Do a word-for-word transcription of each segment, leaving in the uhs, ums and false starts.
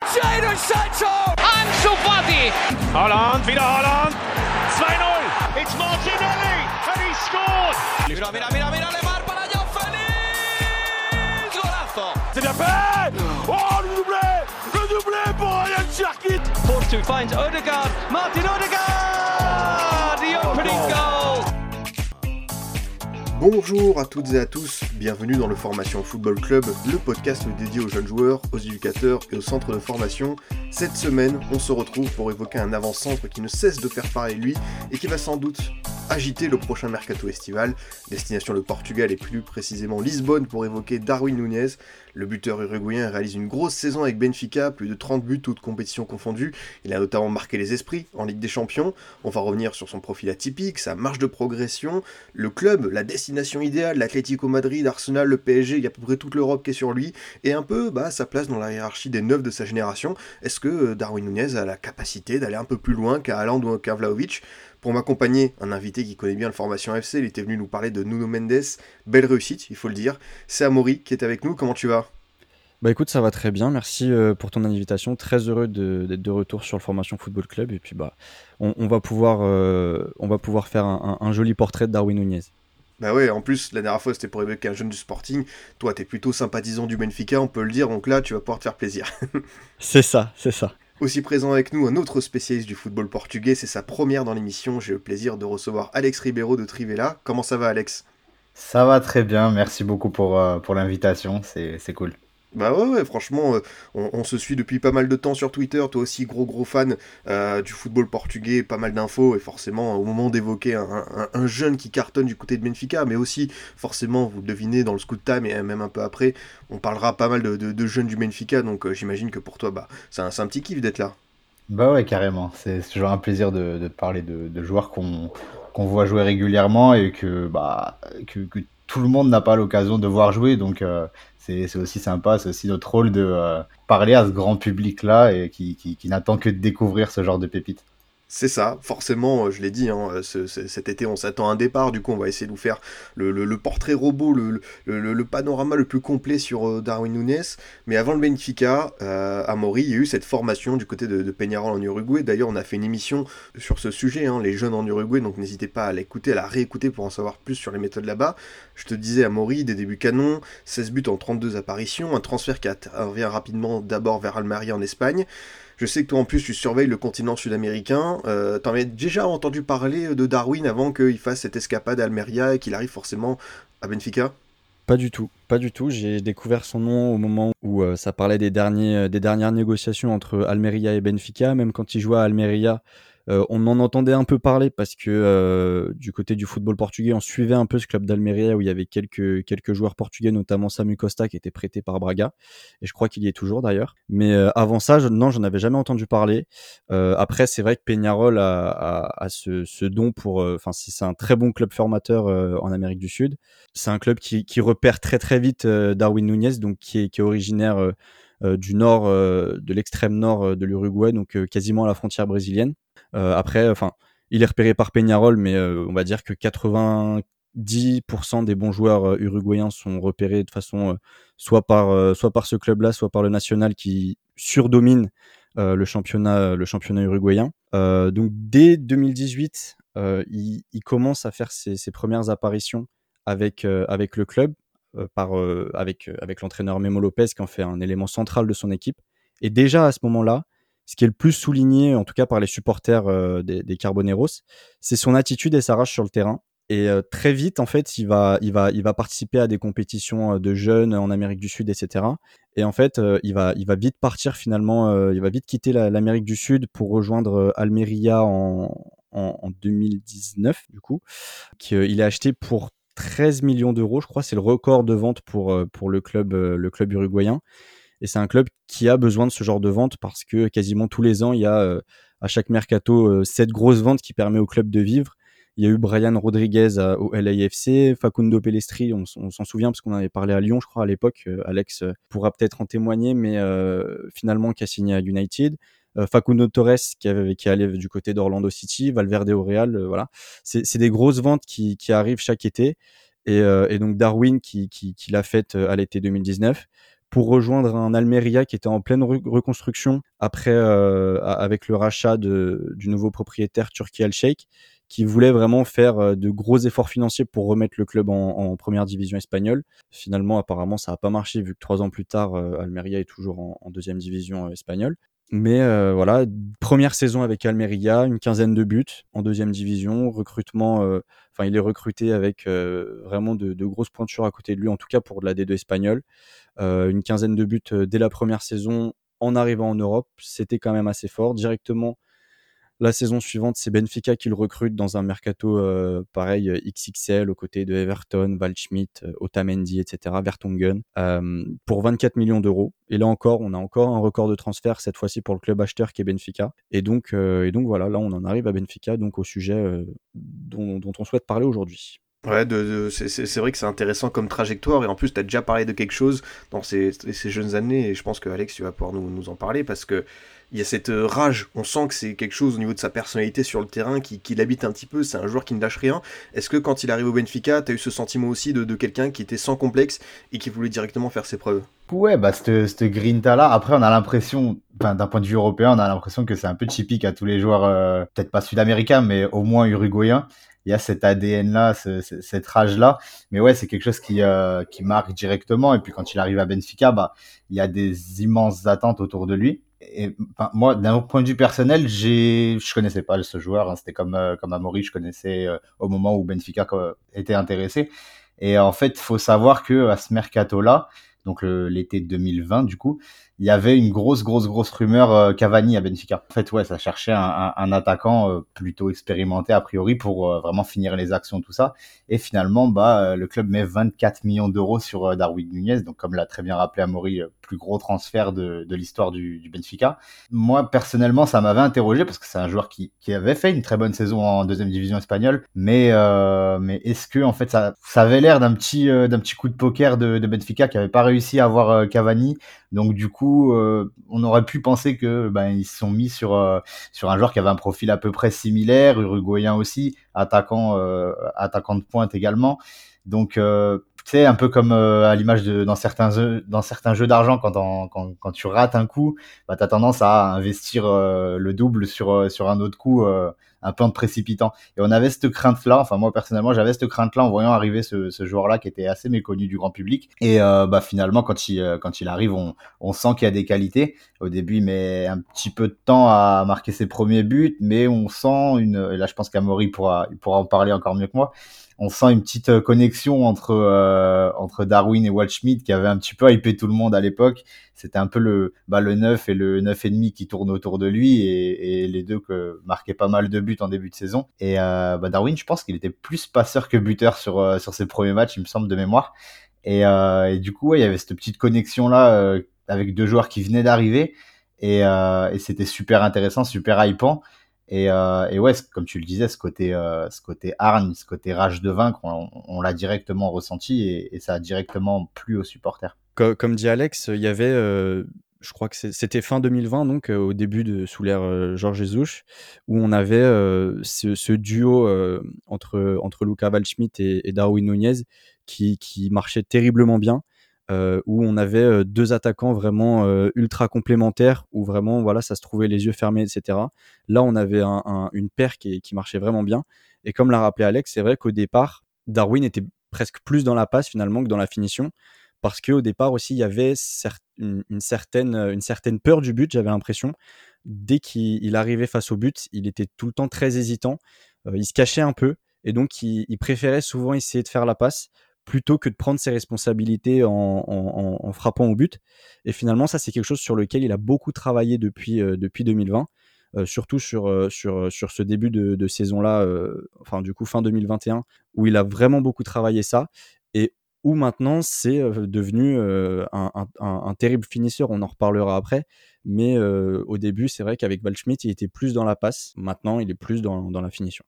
Jadon Sancho! Ansu Fati! Haaland, wieder Haaland! zwei null! It's Martinelli and he scored! Mira, mira, mira, mira, Lemar para João Félix! Golazo! C'est bien fait! Oh, le doublé! Le doublé pour Ryan Cherki! Force finds Odegaard. Martin Odegaard! The opening goal! Bonjour à toutes et à tous, bienvenue dans le Formation Football Club, le podcast dédié aux jeunes joueurs, aux éducateurs et aux centres de formation. Cette semaine, on se retrouve pour évoquer un avant-centre qui ne cesse de faire parler de lui et qui va sans doute agiter le prochain mercato estival. Destination le Portugal et plus précisément Lisbonne pour évoquer Darwin Núñez. Le buteur uruguayen réalise une grosse saison avec Benfica, plus de trente buts toutes compétitions confondues. Il a notamment marqué les esprits en Ligue des Champions. On va revenir sur son profil atypique, sa marge de progression, le club, la destination idéale, l'Atlético Madrid, Arsenal, le P S G, il y a à peu près toute l'Europe qui est sur lui, et un peu bah, sa place dans la hiérarchie des neufs de sa génération. Est-ce que Darwin Núñez a la capacité d'aller un peu plus loin qu'à Haaland ou qu'à Vlahovic ? Pour m'accompagner, un invité qui connaît bien le Formation F C, il était venu nous parler de Nuno Mendes, belle réussite, il faut le dire. C'est Amaury qui est avec nous, comment tu vas ? Bah écoute, ça va très bien, merci euh, pour ton invitation, très heureux de, d'être de retour sur le Formation Football Club, et puis bah on, on, va, pouvoir, euh, on va pouvoir faire un, un, un joli portrait de Darwin Núñez. Bah ouais, en plus, la dernière fois c'était pour évoquer un jeune du Sporting, toi t'es plutôt sympathisant du Benfica, on peut le dire, donc là tu vas pouvoir te faire plaisir. C'est ça, c'est ça. Aussi présent avec nous, un autre spécialiste du football portugais, c'est sa première dans l'émission, j'ai le plaisir de recevoir Alex Ribeiro de Trivela. Comment ça va Alex ? Ça va très bien, merci beaucoup pour, euh, pour l'invitation, c'est, c'est cool. Bah ouais, ouais franchement, euh, on, on se suit depuis pas mal de temps sur Twitter, toi aussi gros gros fan euh, du football portugais, pas mal d'infos, et forcément au moment d'évoquer un, un, un jeune qui cartonne du côté de Benfica, mais aussi forcément, vous le devinez, dans le Scoot Time et même un peu après, on parlera pas mal de, de, de jeunes du Benfica, donc euh, j'imagine que pour toi, bah, c'est un, c'est un petit kiff d'être là. Bah ouais, carrément, c'est, c'est toujours un plaisir de, de parler de, de joueurs qu'on, qu'on voit jouer régulièrement et que, bah, que, que tout le monde n'a pas l'occasion de voir jouer, donc euh, c'est, c'est aussi sympa, c'est aussi notre rôle de euh, parler à ce grand public-là et qui, qui, qui n'attend que de découvrir ce genre de pépites. C'est ça, forcément, je l'ai dit, hein, ce, ce, cet été on s'attend à un départ, du coup on va essayer de vous faire le, le, le portrait robot, le, le, le, le panorama le plus complet sur euh, Darwin Núñez, mais avant le Benfica, euh, à Mori, il y a eu cette formation du côté de, de Peñarol en Uruguay, d'ailleurs on a fait une émission sur ce sujet, hein, les jeunes en Uruguay, donc n'hésitez pas à l'écouter, à la réécouter pour en savoir plus sur les méthodes là-bas. Je te disais à Mori, des débuts canons, seize buts en trente-deux apparitions, un transfert qui revient rapidement d'abord vers Almeria en Espagne. Je sais que toi en plus tu surveilles le continent sud-américain, euh, t'en avais déjà entendu parler de Darwin avant qu'il fasse cette escapade à Almeria et qu'il arrive forcément à Benfica ? Pas du tout, pas du tout. J'ai découvert son nom au moment où euh, ça parlait des, derniers, des dernières négociations entre Almeria et Benfica. Même quand il jouait à Almeria, euh, on en entendait un peu parler parce que euh, du côté du football portugais, on suivait un peu ce club d'Almeria où il y avait quelques, quelques joueurs portugais, notamment Samu Costa qui était prêté par Braga. Et je crois qu'il y est toujours d'ailleurs. Mais euh, avant ça, je, non, j'en avais jamais entendu parler. Euh, après, c'est vrai que Peñarol a, a, a ce, ce don pour... Enfin, euh, c'est, c'est un très bon club formateur euh, en Amérique du Sud. C'est un club qui, qui repère très très vite euh, Darwin Núñez, donc qui est, qui est originaire euh, euh, du nord, euh, de l'extrême nord euh, de l'Uruguay, donc euh, quasiment à la frontière brésilienne. Euh, après, enfin, il est repéré par Peñarol, mais euh, on va dire que quatre-vingt-dix pour cent des bons joueurs euh, uruguayens sont repérés de façon euh, soit par euh, soit par ce club-là, soit par le national qui surdomine euh, le championnat le championnat uruguayen. Euh, donc dès deux mille dix-huit, euh, il, il commence à faire ses, ses premières apparitions avec euh, avec le club, euh, par euh, avec euh, avec l'entraîneur Memo Lopez qui en fait un élément central de son équipe. Et déjà à ce moment-là, ce qui est le plus souligné, en tout cas par les supporters euh, des, des Carboneros, c'est son attitude et sa rage sur le terrain. Et euh, très vite, en fait, il va, il va, il va participer à des compétitions de jeunes en Amérique du Sud, et cetera. Et en fait, euh, il va, il va vite partir finalement, euh, il va vite quitter la, l'Amérique du Sud pour rejoindre euh, Almeria en, en, en deux mille dix-neuf, du coup. Qui, euh, il est acheté pour treize millions d'euros, je crois, c'est le record de vente pour, euh, pour le club, euh, le club uruguayen. Et c'est un club qui a besoin de ce genre de vente parce que quasiment tous les ans, il y a euh, à chaque mercato euh, cette grosse vente qui permet au club de vivre. Il y a eu Brian Rodriguez à, au L A F C, Facundo Pellistri, on, on s'en souvient parce qu'on en avait parlé à Lyon, je crois, à l'époque. Euh, Alex euh, pourra peut-être en témoigner, mais euh, finalement qui a signé à United. Euh, Facundo Torres qui, avait, qui allait du côté d'Orlando City, Valverde au Real, euh, voilà. C'est, c'est des grosses ventes qui, qui arrivent chaque été. Et, euh, et donc Darwin qui, qui, qui l'a faite à l'été deux mille dix-neuf. pour rejoindre un Almeria qui était en pleine re- reconstruction après euh, avec le rachat de, du nouveau propriétaire Turki Al-Sheikh, qui voulait vraiment faire euh, de gros efforts financiers pour remettre le club en, en première division espagnole. Finalement, apparemment, ça n'a pas marché vu que trois ans plus tard, euh, Almeria est toujours en, en deuxième division euh, espagnole. Mais euh, voilà, première saison avec Almeria, une quinzaine de buts en deuxième division, recrutement, euh, enfin il est recruté avec euh, vraiment de, de grosses pointures à côté de lui, en tout cas pour de la D deux espagnole. Euh, une quinzaine de buts euh, dès la première saison en arrivant en Europe, c'était quand même assez fort. Directement, la saison suivante, c'est Benfica qui le recrute dans un mercato euh, pareil X X L aux côtés de Everton, Waldschmidt, euh, Otamendi, et cetera, Vertonghen, euh, pour vingt-quatre millions d'euros. Et là encore, on a encore un record de transfert, cette fois-ci pour le club acheteur qui est Benfica. Et donc, euh, et donc voilà, là on en arrive à Benfica, donc au sujet euh, dont, dont on souhaite parler aujourd'hui. Ouais, de, de, c'est, c'est, c'est vrai que c'est intéressant comme trajectoire, et en plus, tu as déjà parlé de quelque chose dans ces, ces jeunes années, et je pense que Alex, tu vas pouvoir nous, nous en parler, parce que il y a cette rage, on sent que c'est quelque chose au niveau de sa personnalité sur le terrain qui, qui l'habite un petit peu, c'est un joueur qui ne lâche rien. Est-ce que quand il arrive au Benfica, tu as eu ce sentiment aussi de, de quelqu'un qui était sans complexe et qui voulait directement faire ses preuves? Ouais, bah, cette, cette grinta-là, après, on a l'impression, enfin, d'un point de vue européen, on a l'impression que c'est un peu typique à tous les joueurs, euh, peut-être pas sud-américains, mais au moins uruguayens. Il y a cet A D N-là, ce, ce, cette rage-là. Mais ouais, c'est quelque chose qui, euh, qui marque directement. Et puis quand il arrive à Benfica, bah, il y a des immenses attentes autour de lui. Et enfin, moi, d'un point de vue personnel, j'ai, je connaissais pas ce joueur. Hein. C'était comme, euh, comme Amori, je connaissais euh, au moment où Benfica euh, était intéressé. Et en fait, faut savoir que à ce mercato-là, donc le, l'été deux mille vingt, du coup, il y avait une grosse, grosse, grosse rumeur euh, Cavani à Benfica. En fait, ouais, ça cherchait un, un, un attaquant euh, plutôt expérimenté a priori pour euh, vraiment finir les actions, tout ça. Et finalement, bah, euh, le club met vingt-quatre millions d'euros sur euh, Darwin Nunez. Donc, comme l'a très bien rappelé Amaury, euh, plus gros transfert de, de l'histoire du, du Benfica. Moi, personnellement, ça m'avait interrogé parce que c'est un joueur qui, qui avait fait une très bonne saison en deuxième division espagnole. Mais, euh, mais est-ce que, en fait, ça, ça avait l'air d'un petit, euh, d'un petit coup de poker de, de Benfica qui avait pas réussi à avoir euh, Cavani. Donc du coup, euh, on aurait pu penser que ben ils se sont mis sur euh, sur un joueur qui avait un profil à peu près similaire, uruguayen aussi, attaquant euh, attaquant de pointe également. Donc euh, tu sais, un peu comme euh, à l'image de dans certains jeux, dans certains jeux d'argent, quand on, quand quand tu rates un coup, bah t'as tendance à investir euh, le double sur euh, sur un autre coup, euh, un peu en te précipitant. Et on avait cette crainte-là, enfin moi personnellement j'avais cette crainte-là en voyant arriver ce, ce joueur-là qui était assez méconnu du grand public. Et euh, bah finalement quand il quand il arrive, on on sent qu'il y a des qualités. Au début, il met un petit peu de temps à marquer ses premiers buts, mais on sent une. Et là, je pense qu'Amaury pourra il pourra en parler encore mieux que moi. On sent une petite connexion entre euh, entre Darwin et Waldschmidt qui avait un petit peu hypé tout le monde à l'époque. C'était un peu le bah le neuf et le neuf et demi qui tournent autour de lui et, et les deux que marquaient pas mal de buts en début de saison. Et euh, bah Darwin, je pense qu'il était plus passeur que buteur sur euh, sur ses premiers matchs, il me semble de mémoire. Et, euh, et du coup, ouais, il y avait cette petite connexion là euh, avec deux joueurs qui venaient d'arriver et, euh, et c'était super intéressant, super hypant. Et, euh, et ouais, comme tu le disais, ce côté, euh, ce côté hargne, ce côté rage de vaincre, on, on l'a directement ressenti et, et ça a directement plu aux supporters. Comme, comme dit Alex, il y avait, euh, je crois que c'était fin deux mille vingt, donc euh, au début de sous l'ère euh, Jorge Jesus, où on avait euh, ce, ce duo euh, entre entre Luka Waldschmidt et, et Darwin Nunez qui qui marchait terriblement bien. Euh, où on avait euh, deux attaquants vraiment euh, ultra complémentaires, où vraiment voilà ça se trouvait les yeux fermés, et cetera. Là, on avait un, un, une paire qui, qui marchait vraiment bien. Et comme l'a rappelé Alex, c'est vrai qu'au départ, Darwin était presque plus dans la passe finalement que dans la finition, parce qu'au départ aussi, il y avait cer- une, une, certaine, une certaine peur du but, j'avais l'impression. Dès qu'il il arrivait face au but, il était tout le temps très hésitant, euh, il se cachait un peu, et donc il, il préférait souvent essayer de faire la passe plutôt que de prendre ses responsabilités en, en, en frappant au but. Et finalement, ça, c'est quelque chose sur lequel il a beaucoup travaillé depuis, euh, depuis deux mille vingt, euh, surtout sur, euh, sur, sur ce début de, de saison-là, euh, enfin du coup fin deux mille vingt et un, où il a vraiment beaucoup travaillé ça, et où maintenant c'est euh, devenu euh, un, un, un, un terrible finisseur, on en reparlera après, mais euh, au début, c'est vrai qu'avec Waldschmidt, il était plus dans la passe, maintenant il est plus dans, dans la finition.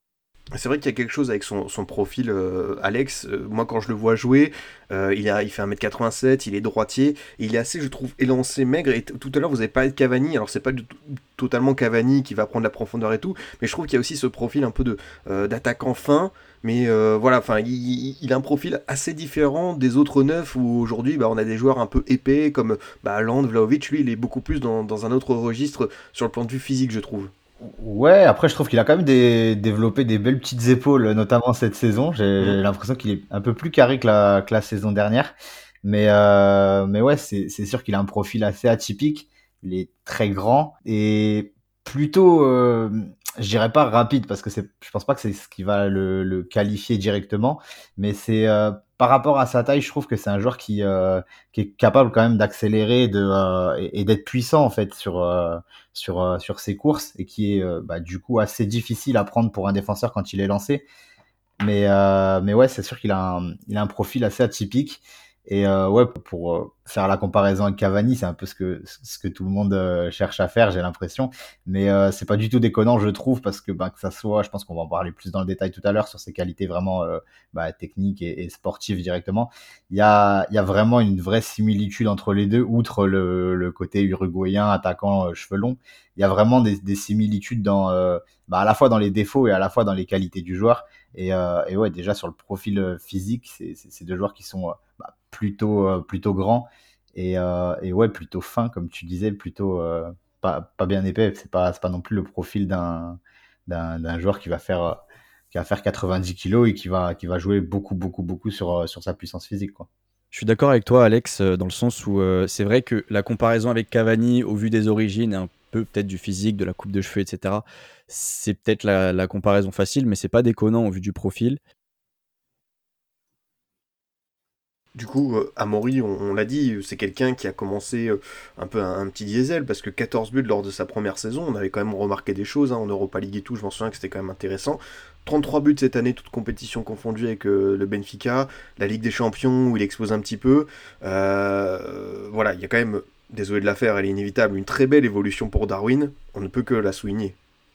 C'est vrai qu'il y a quelque chose avec son, son profil, euh, Alex. Euh, moi, quand je le vois jouer, euh, il, a, il fait un mètre quatre-vingt-sept, il est droitier, et il est assez, je trouve, élancé, maigre. Et t- tout à l'heure, vous avez parlé de Cavani. Alors, c'est pas du tout- totalement Cavani qui va prendre la profondeur et tout, mais je trouve qu'il y a aussi ce profil un peu de, euh, d'attaquant fin. Mais euh, voilà, enfin, il, il- il a un profil assez différent des autres neufs où aujourd'hui, bah, on a des joueurs un peu épais comme bah, Land, Vlahovic. Lui, il est beaucoup plus dans, dans un autre registre sur le plan de vue physique, je trouve. Ouais, après je trouve qu'il a quand même des- développé des belles petites épaules, notamment cette saison. J'ai Mm. j'ai l'impression qu'il est un peu plus carré que la, que la saison dernière. Mais, euh, mais ouais, c'est c'est sûr qu'il a un profil assez atypique. Il est très grand et plutôt, euh, je dirais pas rapide parce que c'est, je pense pas que c'est ce qui va le, le qualifier directement. Mais c'est euh, par rapport à sa taille, je trouve que c'est un joueur qui, euh, qui est capable quand même d'accélérer de, euh, et, et d'être puissant en fait sur, euh, sur, euh, sur ses courses et qui est euh, bah, du coup assez difficile à prendre pour un défenseur quand il est lancé. Mais, euh, mais ouais, c'est sûr qu'il a un, il a un profil assez atypique. Et euh, ouais, pour euh, faire la comparaison avec Cavani, c'est un peu ce que, ce que tout le monde euh, cherche à faire, j'ai l'impression. Mais euh, c'est pas du tout déconnant, je trouve, parce que, bah, que ça soit, je pense qu'on va en parler plus dans le détail tout à l'heure sur ses qualités vraiment euh, bah, techniques et, et sportives directement. Il y a, il y a vraiment une vraie similitude entre les deux, outre le, le côté uruguayen, attaquant, euh, cheveux longs. Il y a vraiment des, des similitudes dans, euh, bah, à la fois dans les défauts et à la fois dans les qualités du joueur. Et, euh, et ouais, déjà sur le profil euh, physique, c'est, c'est, c'est deux joueurs qui sont euh, bah, plutôt, euh, plutôt grands et, euh, et ouais, plutôt fins, comme tu disais, plutôt euh, pas, pas bien épais. C'est pas, c'est pas non plus le profil d'un, d'un, d'un joueur qui va faire, euh, qui va faire quatre-vingt-dix kilos et qui va, qui va jouer beaucoup, beaucoup, beaucoup sur, euh, sur sa puissance physique, quoi. Je suis d'accord avec toi, Alex, euh, dans le sens où euh, c'est vrai que la comparaison avec Cavani, au vu des origines, et un peu peut-être du physique, de la coupe de cheveux, et cetera, c'est peut-être la, la comparaison facile, mais c'est pas déconnant au vu du profil. Du coup, euh, Amaury, on, on l'a dit, c'est quelqu'un qui a commencé euh, un peu un, un petit diesel, parce que quatorze buts lors de sa première saison, on avait quand même remarqué des choses, hein, en Europa League et tout, je m'en souviens que c'était quand même intéressant. trente-trois buts cette année, toutes compétitions confondues avec euh, le Benfica, la Ligue des Champions, où il expose un petit peu. Euh, voilà, il y a quand même, désolé de la faire, elle est inévitable, une très belle évolution pour Darwin, on ne peut que la souligner.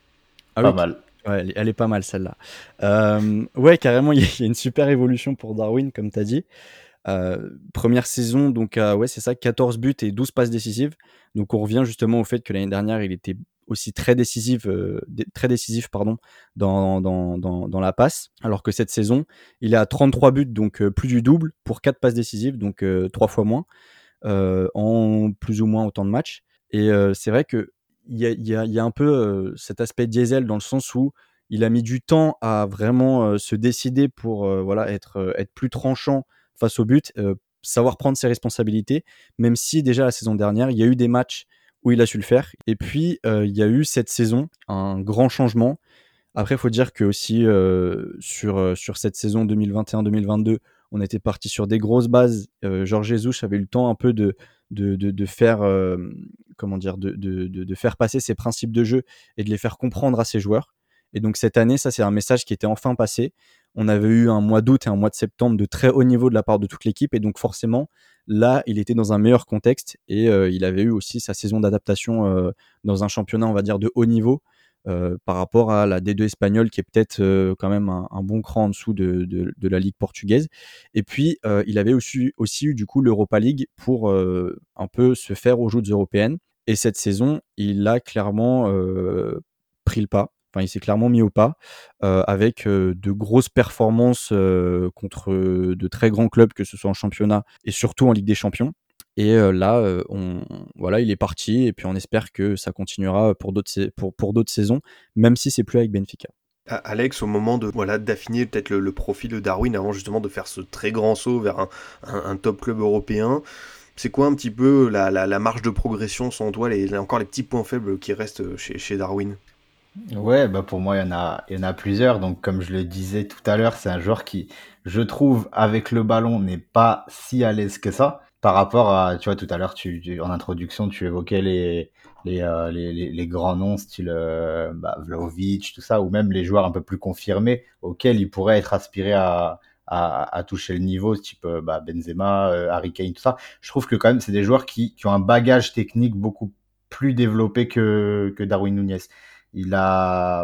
Ah Pas oui, mal. ouais, elle, est- elle est pas mal celle-là. Euh, ouais, carrément, il y, a il y a une super évolution pour Darwin, comme tu as dit. Euh, première saison, donc euh, ouais, c'est ça, quatorze buts et douze passes décisives. Donc on revient justement au fait que l'année dernière, il était aussi très décisif, euh, dé- très décisif pardon, dans, dans, dans, dans la passe, alors que cette saison, il est à trente-trois buts, donc euh, plus du double pour quatre passes décisives, donc euh, trois fois moins, euh, en plus ou moins autant de matchs. Et euh, c'est vrai que il y a, il y, a, il y a un peu euh, cet aspect diesel dans le sens où il a mis du temps à vraiment euh, se décider pour euh, voilà, être, euh, être plus tranchant face au but, euh, savoir prendre ses responsabilités, même si déjà la saison dernière, il y a eu des matchs où il a su le faire. Et puis, euh, il y a eu cette saison un grand changement. Après, il faut dire que aussi euh, sur, euh, sur cette saison deux mille vingt et un deux mille vingt-deux, on était parti sur des grosses bases. Euh, Jorge Jesus avait eu le temps un peu de, de, de, de faire euh, comment dire, de, de, de, de faire passer ses principes de jeu et de les faire comprendre à ses joueurs. Et donc cette année, ça c'est un message qui était enfin passé. On avait eu un mois d'août et un mois de septembre de très haut niveau de la part de toute l'équipe, et donc forcément là, il était dans un meilleur contexte et euh, il avait eu aussi sa saison d'adaptation euh, dans un championnat, on va dire, de haut niveau. Euh, par rapport à la D deux espagnole qui est peut-être euh, quand même un, un bon cran en dessous de, de, de la Ligue portugaise. Et puis, euh, il avait aussi, aussi eu du coup l'Europa League pour euh, un peu se faire aux joutes européennes. Et cette saison, il a clairement euh, pris le pas. Enfin, il s'est clairement mis au pas euh, avec euh, de grosses performances euh, contre de très grands clubs, que ce soit en championnat et surtout en Ligue des Champions. Et euh, là, euh, on, voilà, il est parti et puis on espère que ça continuera pour d'autres, sa- pour, pour d'autres saisons, même si c'est plus avec Benfica. A- Alex, au moment de voilà d'affiner peut-être le, le profil de Darwin avant justement de faire ce très grand saut vers un, un- un top club européen, c'est quoi un petit peu la, la, la marge de progression selon toi, les, les- encore les petits points faibles qui restent chez, chez Darwin? Ouais, bah pour moi, il y en a, il y en a plusieurs. Donc, comme je le disais tout à l'heure, c'est un joueur qui, je trouve, avec le ballon, n'est pas si à l'aise que ça. Par rapport à, tu vois, tout à l'heure, tu, tu- en introduction, tu évoquais les, les, euh, les, les, les grands noms, style euh, bah, Vlahovic, tout ça, ou même les joueurs un peu plus confirmés auxquels il pourrait être aspiré à, à, à toucher le niveau, type euh, bah, Benzema, euh, Harry Kane, tout ça. Je trouve que quand même, c'est des joueurs qui, qui ont un bagage technique beaucoup plus développé que, que Darwin Núñez. Il a,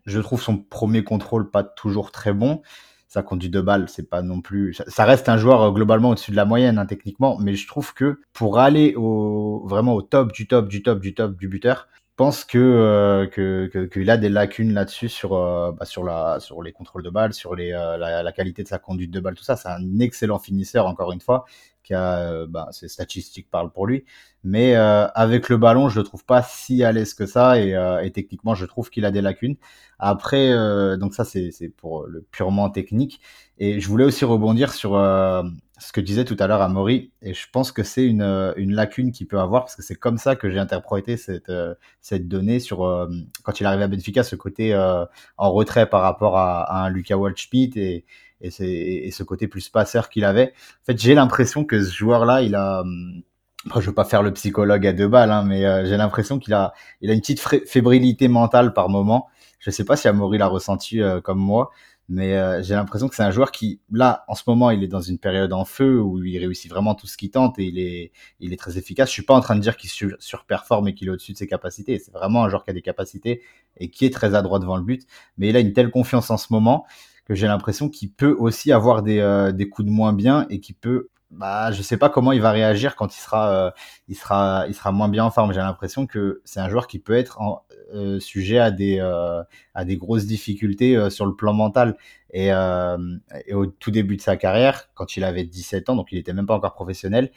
je trouve son premier contrôle pas toujours très bon. Sa conduite de balle, c'est pas non plus. Ça, ça reste un joueur euh, globalement au-dessus de la moyenne hein, techniquement, mais je trouve que pour aller au vraiment au top du top du top du top du buteur, je pense que euh, que que- qu'il a des lacunes là-dessus sur euh, bah, sur la sur les contrôles de balle, sur les euh, la, la qualité de sa conduite de balle, tout ça. C'est un excellent finisseur encore une fois, qui a euh, bah, ses statistiques parlent pour lui, mais euh, avec le ballon, je le trouve pas si à l'aise que ça et, euh, et techniquement, je trouve qu'il a des lacunes. Après, euh, donc ça c'est c'est pour le purement technique. Et je voulais aussi rebondir sur euh, ce que disait tout à l'heure Amaury. Et je pense que c'est une euh, une lacune qu'il peut avoir parce que c'est comme ça que j'ai interprété cette euh, cette donnée sur euh, quand il arrive à Benfica, ce côté euh, en retrait par rapport à, à un Luka Waldschmidt et et, c'est, et ce côté plus passeur qu'il avait. En fait, j'ai l'impression que ce joueur-là, il a hum, après, je veux pas faire le psychologue à deux balles, hein, mais euh, j'ai l'impression qu'il a, il a une petite fré- fébrilité mentale par moment. Je sais pas si Amaury l'a ressenti euh, comme moi, mais euh, j'ai l'impression que c'est un joueur qui, là, en ce moment, il est dans une période en feu où il réussit vraiment tout ce qu'il tente et il est, il est très efficace. Je suis pas en train de dire qu'il sur- surperforme et qu'il est au-dessus de ses capacités. C'est vraiment un joueur qui a des capacités et qui est très adroit devant le but. Mais il a une telle confiance en ce moment que j'ai l'impression qu'il peut aussi avoir des, euh, des coups de moins bien et qu'il peut, bah, je sais pas comment il va réagir quand il sera, euh, il sera, il sera moins bien en forme. J'ai l'impression que c'est un joueur qui peut être en, euh, sujet à des, euh, à des grosses difficultés euh, sur le plan mental. Et, euh, et au tout début de sa carrière, quand il avait dix-sept ans, donc il était même pas encore professionnel,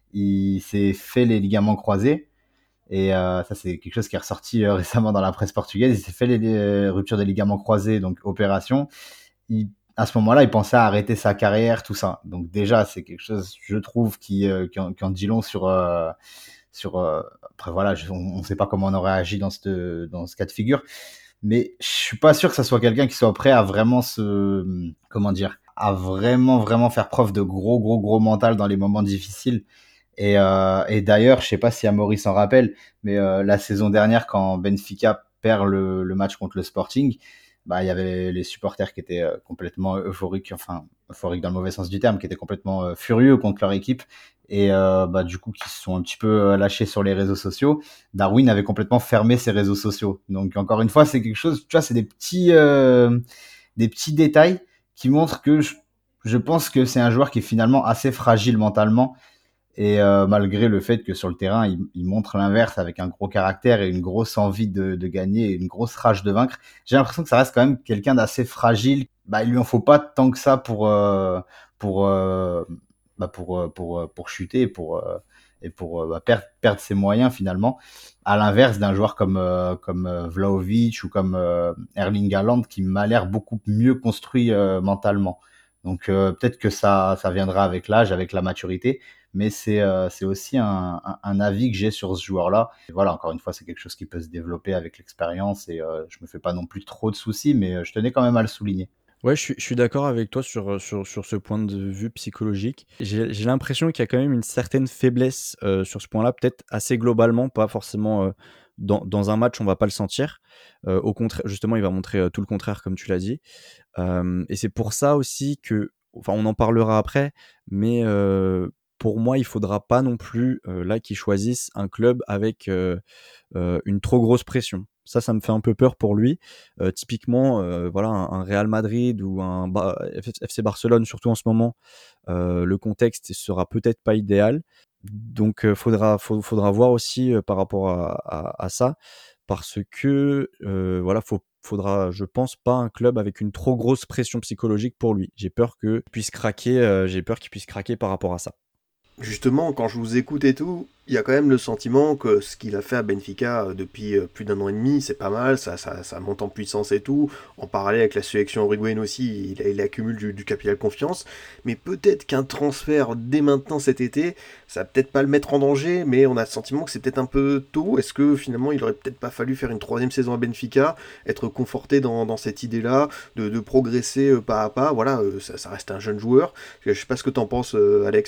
il s'est fait les ligaments croisés. Et euh, ça, c'est quelque chose qui est ressorti euh, récemment dans la presse portugaise. Il s'est fait les, les ruptures des ligaments croisés, donc opération. Il, à ce moment-là, il pensait à arrêter sa carrière, tout ça. Donc déjà, c'est quelque chose, je trouve, qui, euh, qui, en, qui en dit long sur... Euh, sur euh, après, voilà, je, on ne sait pas comment on aurait agi dans, cette, dans ce cas de figure. Mais je suis pas sûr que ça soit quelqu'un qui soit prêt à vraiment se... Comment dire, à vraiment, vraiment faire preuve de gros, gros, gros mental dans les moments difficiles. Et, euh, et d'ailleurs, je sais pas si Amaury s'en rappelle, mais euh, la saison dernière, quand Benfica perd le, le match contre le Sporting, bah il y avait les supporters qui étaient euh, complètement euphoriques, enfin euphoriques dans le mauvais sens du terme, qui étaient complètement euh, furieux contre leur équipe et euh, bah du coup qui se sont un petit peu euh, lâchés sur les réseaux sociaux. Darwin avait complètement fermé ses réseaux sociaux. Donc encore une fois, c'est quelque chose, tu vois, c'est des petits euh, des petits détails qui montrent que je, je pense que c'est un joueur qui est finalement assez fragile mentalement et euh, malgré le fait que sur le terrain, il, il montre l'inverse avec un gros caractère et une grosse envie de, de gagner et une grosse rage de vaincre, j'ai l'impression que ça reste quand même quelqu'un d'assez fragile. Bah, il lui en faut pas tant que ça pour euh, pour euh, bah, pour euh, pour euh, pour chuter et pour euh, et pour euh, bah, perdre perdre ses moyens finalement. À l'inverse d'un joueur comme euh, comme euh, Vlahovic ou comme euh, Erling Haaland qui m'a l'air beaucoup mieux construit euh, mentalement. Donc euh, peut-être que ça ça viendra avec l'âge, avec la maturité, mais c'est euh, c'est aussi un, un, un avis que j'ai sur ce joueur-là. Et voilà, encore une fois, c'est quelque chose qui peut se développer avec l'expérience et euh, je me fais pas non plus trop de soucis, mais euh, je tenais quand même à le souligner. Ouais, je suis, je suis d'accord avec toi sur, sur, sur ce point de vue psychologique. J'ai, j'ai l'impression qu'il y a quand même une certaine faiblesse euh, sur ce point-là, peut-être assez globalement, pas forcément euh, dans, dans un match, on va pas le sentir. Euh, au contraire, justement, il va montrer euh, tout le contraire, comme tu l'as dit. Euh, et c'est pour ça aussi que, enfin, on en parlera après, mais euh, pour moi, il faudra pas non plus euh, là qu'ils choisissent un club avec euh, euh, une trop grosse pression. Ça, ça me fait un peu peur pour lui. Euh, typiquement, euh, voilà, un, un Real Madrid ou un ba- F C Barcelone, surtout en ce moment, euh, le contexte sera peut-être pas idéal. Donc, euh, faudra, faut- faudra voir aussi euh, par rapport à, à- à ça, parce que euh, voilà, faut, faudra, je pense, pas un club avec une trop grosse pression psychologique pour lui. J'ai peur que puisse craquer. euh, j'ai peur qu'il puisse craquer par rapport à ça. Justement, quand je vous écoute et tout, il y a quand même le sentiment que ce qu'il a fait à Benfica euh, depuis euh, plus d'un an et demi, c'est pas mal, ça, ça, ça monte en puissance et tout. En parallèle avec la sélection uruguayenne aussi, il, il accumule du, du capital confiance. Mais peut-être qu'un transfert dès maintenant cet été, ça va peut-être pas le mettre en danger, mais on a le sentiment que c'est peut-être un peu tôt. Est-ce que finalement il aurait peut-être pas fallu faire une troisième saison à Benfica, être conforté dans, dans cette idée-là, de, de progresser euh, pas à pas. Voilà, euh, ça, ça reste un jeune joueur. Je sais pas ce que t'en penses, euh, Alex.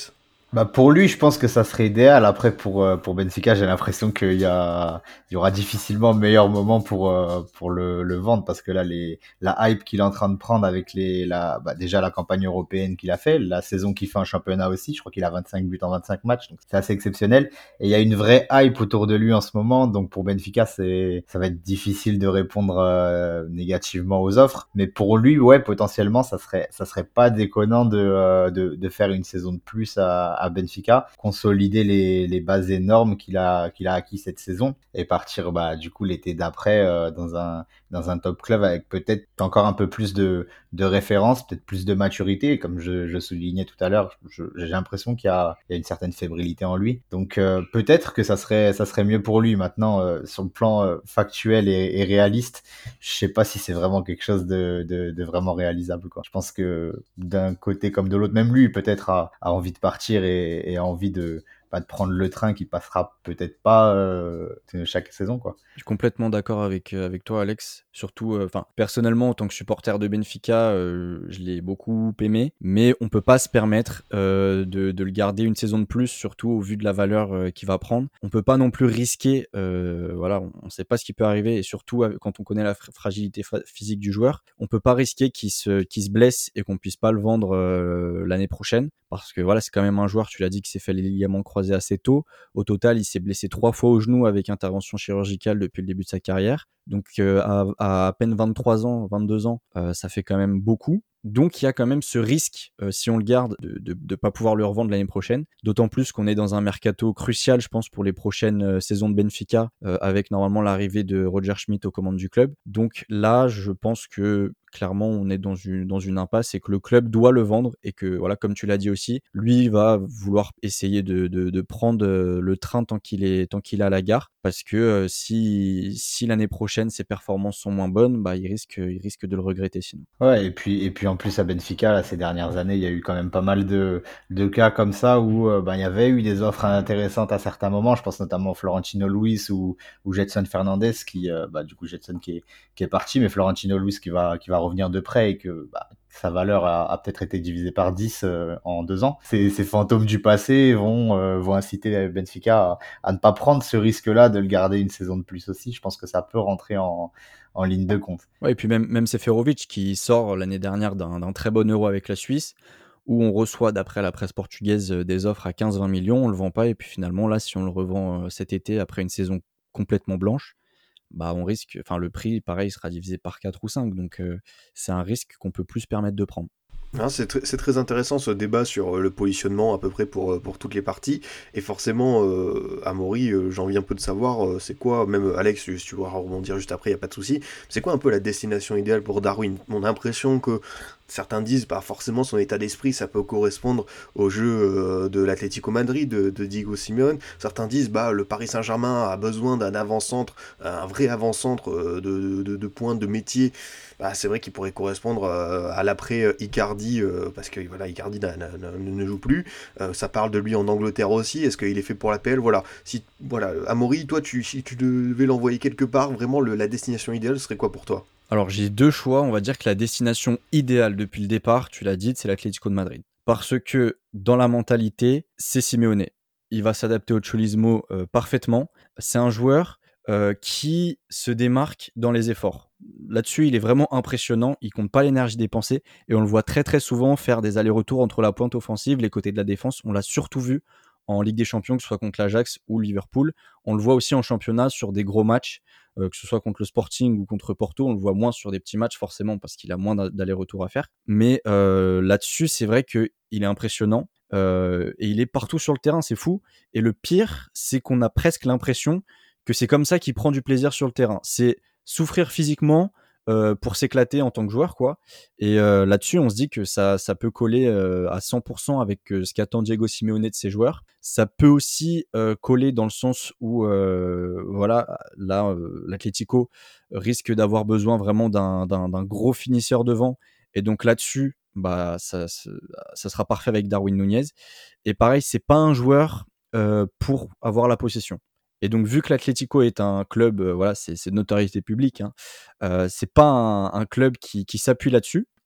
Bah pour lui, je pense que ça serait idéal. Après, pour, euh, pour Benfica, j'ai l'impression qu'il y a, il y aura difficilement meilleur moment pour, euh, pour le, le vendre parce que là, les, la hype qu'il est en train de prendre avec les, la, bah déjà la campagne européenne qu'il a fait, la saison qu'il fait en championnat aussi, je crois qu'il a vingt-cinq buts en vingt-cinq matchs, donc c'est assez exceptionnel. Et il y a une vraie hype autour de lui en ce moment, donc pour Benfica, c'est, ça va être difficile de répondre euh, négativement aux offres. Mais pour lui, ouais, potentiellement, ça serait, ça serait pas déconnant de, euh, de, de faire une saison de plus à, à Benfica, consolider les, les bases énormes qu'il a, qu'il a acquis cette saison et partir bah, du coup l'été d'après euh, dans, un, dans un top club avec peut-être encore un peu plus de, de références, peut-être plus de maturité. Comme je, je soulignais tout à l'heure, je, j'ai l'impression qu'il y a, il y a une certaine fébrilité en lui. Donc euh, peut-être que ça serait, ça serait mieux pour lui. Maintenant, euh, sur le plan euh, factuel et, et réaliste, je sais pas si c'est vraiment quelque chose de, de, de vraiment réalisable, quoi. Je pense que d'un côté comme de l'autre, même lui peut-être a, a envie de partir et, et a envie de, bah, de prendre le train qui passera peut-être pas euh, chaque saison, quoi. Je suis complètement d'accord avec, euh, avec toi, Alex. Surtout, enfin, euh, personnellement, en tant que supporter de Benfica, euh, je l'ai beaucoup aimé, mais on peut pas se permettre euh, de, de le garder une saison de plus, surtout au vu de la valeur euh, qu'il va prendre. On peut pas non plus risquer, euh, voilà, on, on sait pas ce qui peut arriver, et surtout euh, quand on connaît la fra- fragilité fra- physique du joueur, on peut pas risquer qu'il se, qu'il se blesse et qu'on puisse pas le vendre euh, l'année prochaine, parce que voilà, c'est quand même un joueur, tu l'as dit, qui s'est fait les ligaments croisés assez tôt. Au total, il s'est blessé trois fois au genou avec intervention chirurgicale depuis le début de sa carrière. Donc euh, à, à à peine vingt-trois ans, vingt-deux ans, euh, ça fait quand même beaucoup. Donc il y a quand même ce risque, euh, si on le garde, de ne pas pouvoir le revendre l'année prochaine. D'autant plus qu'on est dans un mercato crucial, je pense, pour les prochaines euh, saisons de Benfica, euh, avec normalement l'arrivée de Roger Schmidt aux commandes du club. Donc là, je pense que clairement, on est dans une, dans une impasse et que le club doit le vendre et que, voilà, comme tu l'as dit aussi, lui va vouloir essayer de, de, de prendre le train tant qu'il est, tant qu'il est à la gare, parce que euh, si, si l'année prochaine ses performances sont moins bonnes, bah, il risque, il risque de le regretter sinon. Ouais, et puis, et puis en plus à Benfica, là, ces dernières années, il y a eu quand même pas mal de, de cas comme ça où euh, ben, il y avait eu des offres intéressantes à certains moments. Je pense notamment Florentino Luis ou, ou Jetson Fernandez, qui, euh, bah, du coup, Jetson qui est, qui est parti, mais Florentino Luis qui va, qui va revenir de près et que bah, sa valeur a, a peut-être été divisée par dix euh, en deux ans. Ces, ces fantômes du passé vont, euh, vont inciter Benfica à, à ne pas prendre ce risque-là de le garder une saison de plus aussi. Je pense que ça peut rentrer en en ligne de compte. Ouais, et puis même, même Seferovic qui sort l'année dernière d'un, d'un très bon euro avec la Suisse, où on reçoit, d'après la presse portugaise, des offres à quinze à vingt millions, on le vend pas, et puis finalement, là, si on le revend cet été après une saison complètement blanche, bah on risque, enfin le prix, pareil, sera divisé par quatre ou cinq, donc euh, c'est un risque qu'on peut plus se permettre de prendre. Hein, c'est, tr- c'est très intéressant ce débat sur euh, le positionnement à peu près pour, euh, pour toutes les parties. Et forcément, euh, Amaury, euh, j'ai envie un peu de savoir, euh, c'est quoi, même euh, Alex, si tu vas rebondir juste après, il n'y a pas de souci, c'est quoi un peu la destination idéale pour Darwin? On a l'impression que certains disent, pas forcément son état d'esprit, ça peut correspondre au jeu euh, de l'Atlético Madrid, de, de Diego Simeone. Certains disent, bah, le Paris Saint-Germain a besoin d'un avant-centre, un vrai avant-centre euh, de, de, de pointe, de métier. Bah, c'est vrai qu'il pourrait correspondre euh, à l'après euh, Icardi, euh, parce que voilà, Icardi n'a, n'a, n'a, ne joue plus. Euh, ça parle de lui en Angleterre aussi. Est-ce qu'il est fait pour la P L? Voilà. Si, voilà. Amaury, toi, tu, si tu devais l'envoyer quelque part, vraiment, le, la destination idéale serait quoi pour toi? Alors j'ai deux choix, on va dire que la destination idéale depuis le départ, tu l'as dit, c'est l'Atlético de Madrid. Parce que dans la mentalité, c'est Simeone. Il va s'adapter au Cholismo euh, parfaitement. C'est un joueur euh, qui se démarque dans les efforts. Là-dessus, il est vraiment impressionnant, il compte pas l'énergie dépensée et on le voit très très souvent faire des allers-retours entre la pointe offensive, les côtés de la défense. On l'a surtout vu en Ligue des Champions, que ce soit contre l'Ajax ou Liverpool. On le voit aussi en championnat sur des gros matchs, euh, que ce soit contre le Sporting ou contre Porto. On le voit moins sur des petits matchs forcément parce qu'il a moins d'aller-retour à faire. Mais euh, là-dessus, c'est vrai qu'il est impressionnant euh, et il est partout sur le terrain, c'est fou. Et le pire, c'est qu'on a presque l'impression que c'est comme ça qu'il prend du plaisir sur le terrain. C'est souffrir physiquement, Euh, pour s'éclater en tant que joueur, quoi. Et euh, là-dessus, on se dit que ça, ça peut coller euh, à cent pour cent avec euh, ce qu'attend Diego Simeone de ses joueurs. Ça peut aussi euh, coller dans le sens où, euh, voilà, là, euh, l'Atlético risque d'avoir besoin vraiment d'un, d'un, d'un gros finisseur devant. Et donc là-dessus, bah, ça, ça, ça sera parfait avec Darwin Núñez. Et pareil, c'est pas un joueur euh, pour avoir la possession. Et donc, vu que l'Atlético est un club, euh, voilà, c'est, c'est de notoriété publique, hein, euh, c'est pas un, un club qui, qui s'appuie là-dessus.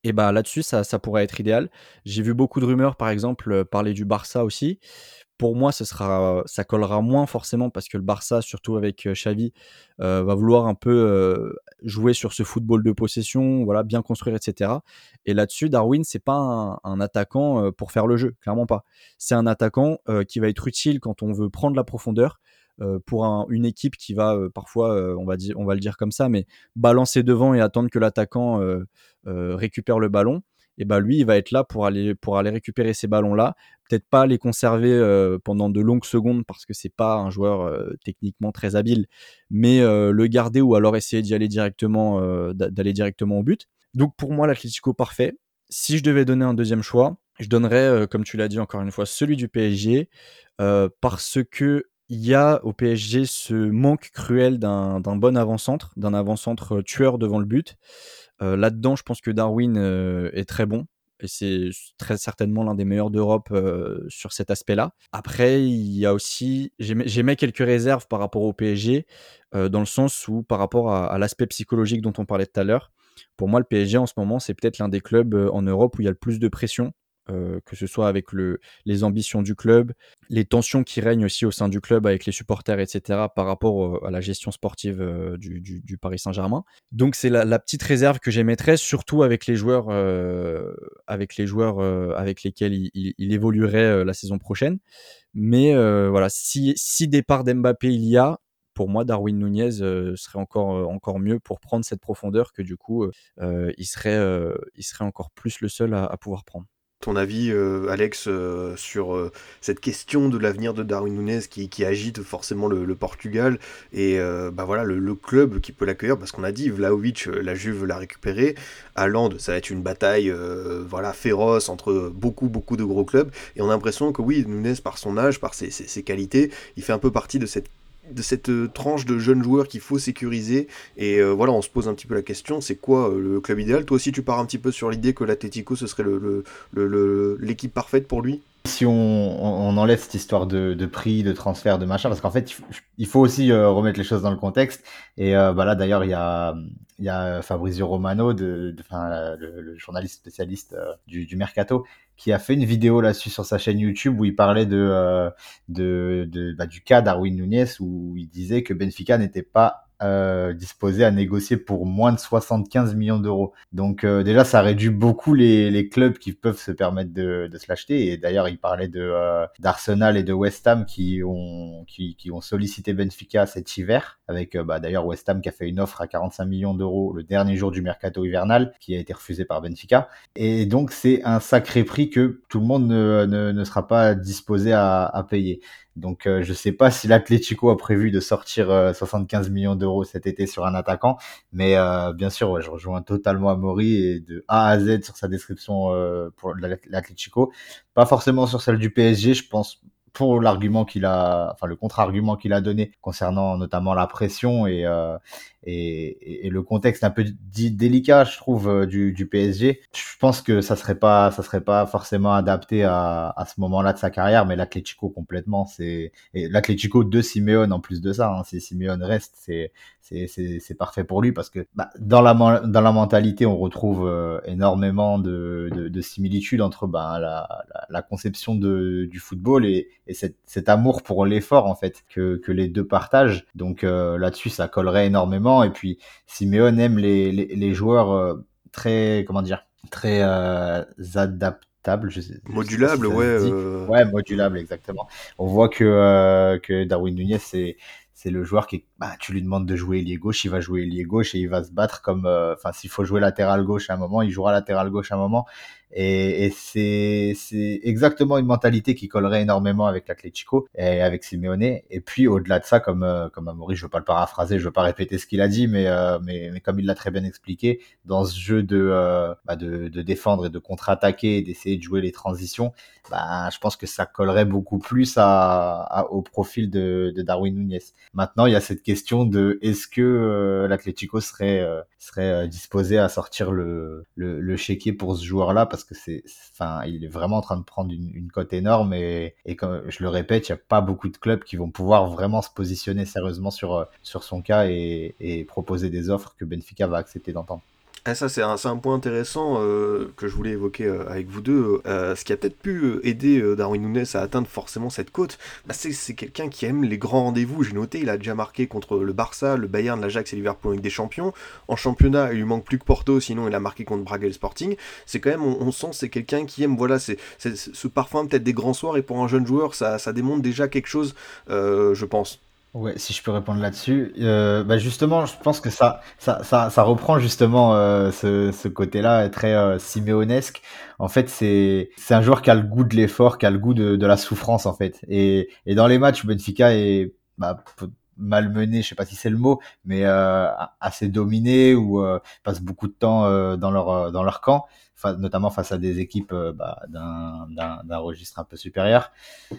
Et bah là-dessus, ça, ça pourrait être idéal. J'ai vu beaucoup de rumeurs, par exemple, euh, parler du Barça aussi. Pour moi, ce sera, ça collera moins forcément parce que le Barça, surtout avec euh, Xavi, euh, va vouloir un peu euh, jouer sur ce football de possession, voilà, bien construire, et cetera. Et là-dessus, Darwin, c'est pas un, un attaquant euh, pour faire le jeu, clairement pas. C'est un attaquant euh, qui va être utile quand on veut prendre la profondeur. euh, pour un- une équipe qui va euh, parfois, euh, on va dire, on va le dire comme ça, mais balancer devant et attendre que l'attaquant euh, euh, récupère le ballon. Et bah lui, il va être là pour aller pour aller récupérer ces ballons-là, peut-être pas les conserver euh, pendant de longues secondes parce que c'est pas un joueur euh, techniquement très habile, mais euh, le garder ou alors essayer d'y aller directement, euh, d'a- d'aller directement au but. Donc pour moi, l'Atlético parfait. Si je devais donner un deuxième choix, je donnerais, euh, comme tu l'as dit encore une fois, celui du P S G euh, parce que il y a au P S G ce manque cruel d'un d'un bon avant-centre, d'un avant-centre euh, tueur devant le but. Euh, là-dedans, je pense que Darwin euh, est très bon. Et c'est très certainement l'un des meilleurs d'Europe euh, sur cet aspect-là. Après, il y a aussi, j'émets, j'émets quelques réserves par rapport au P S G, euh, dans le sens où par rapport à, à l'aspect psychologique dont on parlait tout à l'heure, pour moi, le P S G en ce moment, c'est peut-être l'un des clubs euh, en Europe où il y a le plus de pression, euh, que ce soit avec le, les ambitions du club, les tensions qui règnent aussi au sein du club avec les supporters, et cetera, par rapport euh, à la gestion sportive euh, du, du, du Paris Saint-Germain. Donc c'est la, la petite réserve que j'émettrais, surtout avec les joueurs, euh, avec les joueurs euh, avec lesquels il, il, il évoluerait euh, la saison prochaine. Mais euh, voilà, si, si départ d'Mbappé il y a, pour moi, Darwin Nunez euh, serait encore, euh, encore mieux pour prendre cette profondeur que du coup, euh, euh, il, serait, euh, il serait encore plus le seul à, à pouvoir prendre. Ton avis, euh, Alex, euh, sur euh, cette question de l'avenir de Darwin Nunez qui, qui agite forcément le, le Portugal et euh, bah voilà le, le club qui peut l'accueillir parce qu'on a dit Vlahovic, euh, la Juve l'a récupéré, Haaland, ça va être une bataille euh, voilà féroce entre beaucoup beaucoup de gros clubs et on a l'impression que oui, Nunez par son âge, par ses, ses, ses qualités, il fait un peu partie de cette de cette euh, tranche de jeunes joueurs qu'il faut sécuriser et euh, voilà on se pose un petit peu la question, c'est quoi euh, le club idéal? Toi aussi tu pars un petit peu sur l'idée que l'Atlético ce serait le, le, le- le- l'équipe parfaite pour lui? Si on, on- on enlève cette histoire de, de prix, de transfert, de machin, parce qu'en fait, il faut, il faut aussi euh, remettre les choses dans le contexte. Et euh, bah là, d'ailleurs, il y a, il y a Fabrizio Romano, de, de, enfin, la- le, le journaliste spécialiste euh, du, du Mercato, qui a fait une vidéo là-dessus sur sa chaîne YouTube où il parlait de, euh, de, de bah, du cas Darwin Nunez, où il disait que Benfica n'était pas euh, disposé à négocier pour moins de soixante-quinze millions d'euros. Donc euh, déjà, ça réduit beaucoup les, les clubs qui peuvent se permettre de, de se l'acheter. Et d'ailleurs, il parlait de euh, d'Arsenal et de West Ham qui ont qui, qui ont sollicité Benfica cet hiver, avec euh, bah, d'ailleurs West Ham qui a fait une offre à quarante-cinq millions d'euros le dernier jour du mercato hivernal, qui a été refusée par Benfica. Et donc c'est un sacré prix que tout le monde ne, ne, ne sera pas disposé à, à payer. Donc euh, je sais pas si l'Atlético a prévu de sortir euh, soixante-quinze millions d'euros cet été sur un attaquant, mais euh, bien sûr, ouais, je rejoins totalement Amaury et de A à Z sur sa description euh, pour l'Atlético. Pas forcément sur celle du P S G, je pense, pour l'argument qu'il a, enfin le contre-argument qu'il a donné concernant notamment la pression et euh, et, et, et le contexte un peu dit délicat, je trouve, euh, du, du P S G. Je pense que ça serait pas, ça serait pas forcément adapté à, à ce moment-là de sa carrière, mais l'Atlético complètement, c'est et l'Atlético de Simeone en plus de ça. Hein, si Simeone reste, c'est c'est c'est c'est parfait pour lui parce que bah, dans la dans la mentalité, on retrouve euh, énormément de, de de similitudes entre bah, la, la la conception de du football et et cet, cet amour pour l'effort en fait que que les deux partagent. Donc euh, là-dessus, ça collerait énormément. Et puis Simeone aime les les, les joueurs euh, très comment dire très euh, adaptables. Je sais, je sais pas si Modulable, ça ouais. se dit. euh, Ouais, modulable, exactement. On voit que euh, que Darwin Nunez c'est c'est le joueur qui, bah, tu lui demandes de jouer ailier gauche, il va jouer ailier gauche et il va se battre comme, enfin, euh, s'il faut jouer latéral gauche à un moment, il jouera latéral gauche à un moment. Et, et c'est, c'est exactement une mentalité qui collerait énormément avec l'Atlético et avec Simeone. Et puis, au-delà de ça, comme, euh, comme Amaury, je veux pas le paraphraser, je veux pas répéter ce qu'il a dit, mais, euh, mais, mais comme il l'a très bien expliqué, dans ce jeu de, euh, bah, de, de défendre et de contre-attaquer et d'essayer de jouer les transitions, bah, je pense que ça collerait beaucoup plus à, à, au profil de, de Darwin Nunez. Maintenant, il y a cette question de est-ce que euh, l'Atlético serait euh, serait euh, disposé à sortir le le, le chéquier pour ce joueur-là parce que c'est, enfin, il est vraiment en train de prendre une, une cote énorme et et comme je le répète, il y a pas beaucoup de clubs qui vont pouvoir vraiment se positionner sérieusement sur sur son cas et et proposer des offres que Benfica va accepter d'entendre. Ah, ça, c'est un, c'est un point intéressant euh, que je voulais évoquer euh, avec vous deux. Euh, ce qui a peut-être pu euh, aider euh, Darwin Núñez à atteindre forcément cette cote, bah, c'est, c'est quelqu'un qui aime les grands rendez-vous. J'ai noté, il a déjà marqué contre le Barça, le Bayern, l'Ajax et Liverpool en Ligue des Champions. En championnat, il lui manque plus que Porto, sinon il a marqué contre Braga et le Sporting. C'est quand même, on, on sent, c'est quelqu'un qui aime, voilà, c'est, c'est, c'est ce parfum peut-être des grands soirs, et pour un jeune joueur, ça, ça démontre déjà quelque chose, euh, je pense. Ouais, si je peux répondre là-dessus, euh, bah justement, je pense que ça, ça, ça, ça reprend justement euh, ce, ce côté-là très euh, siméonesque. En fait, c'est, c'est un joueur qui a le goût de l'effort, qui a le goût de, de la souffrance en fait. Et, et dans les matchs où Benfica est bah, p- malmené, je sais pas si c'est le mot, mais euh, assez dominé ou euh, passe beaucoup de temps euh, dans leur euh, dans leur camp, fa- notamment face à des équipes euh, bah, d'un, d'un, d'un registre un peu supérieur.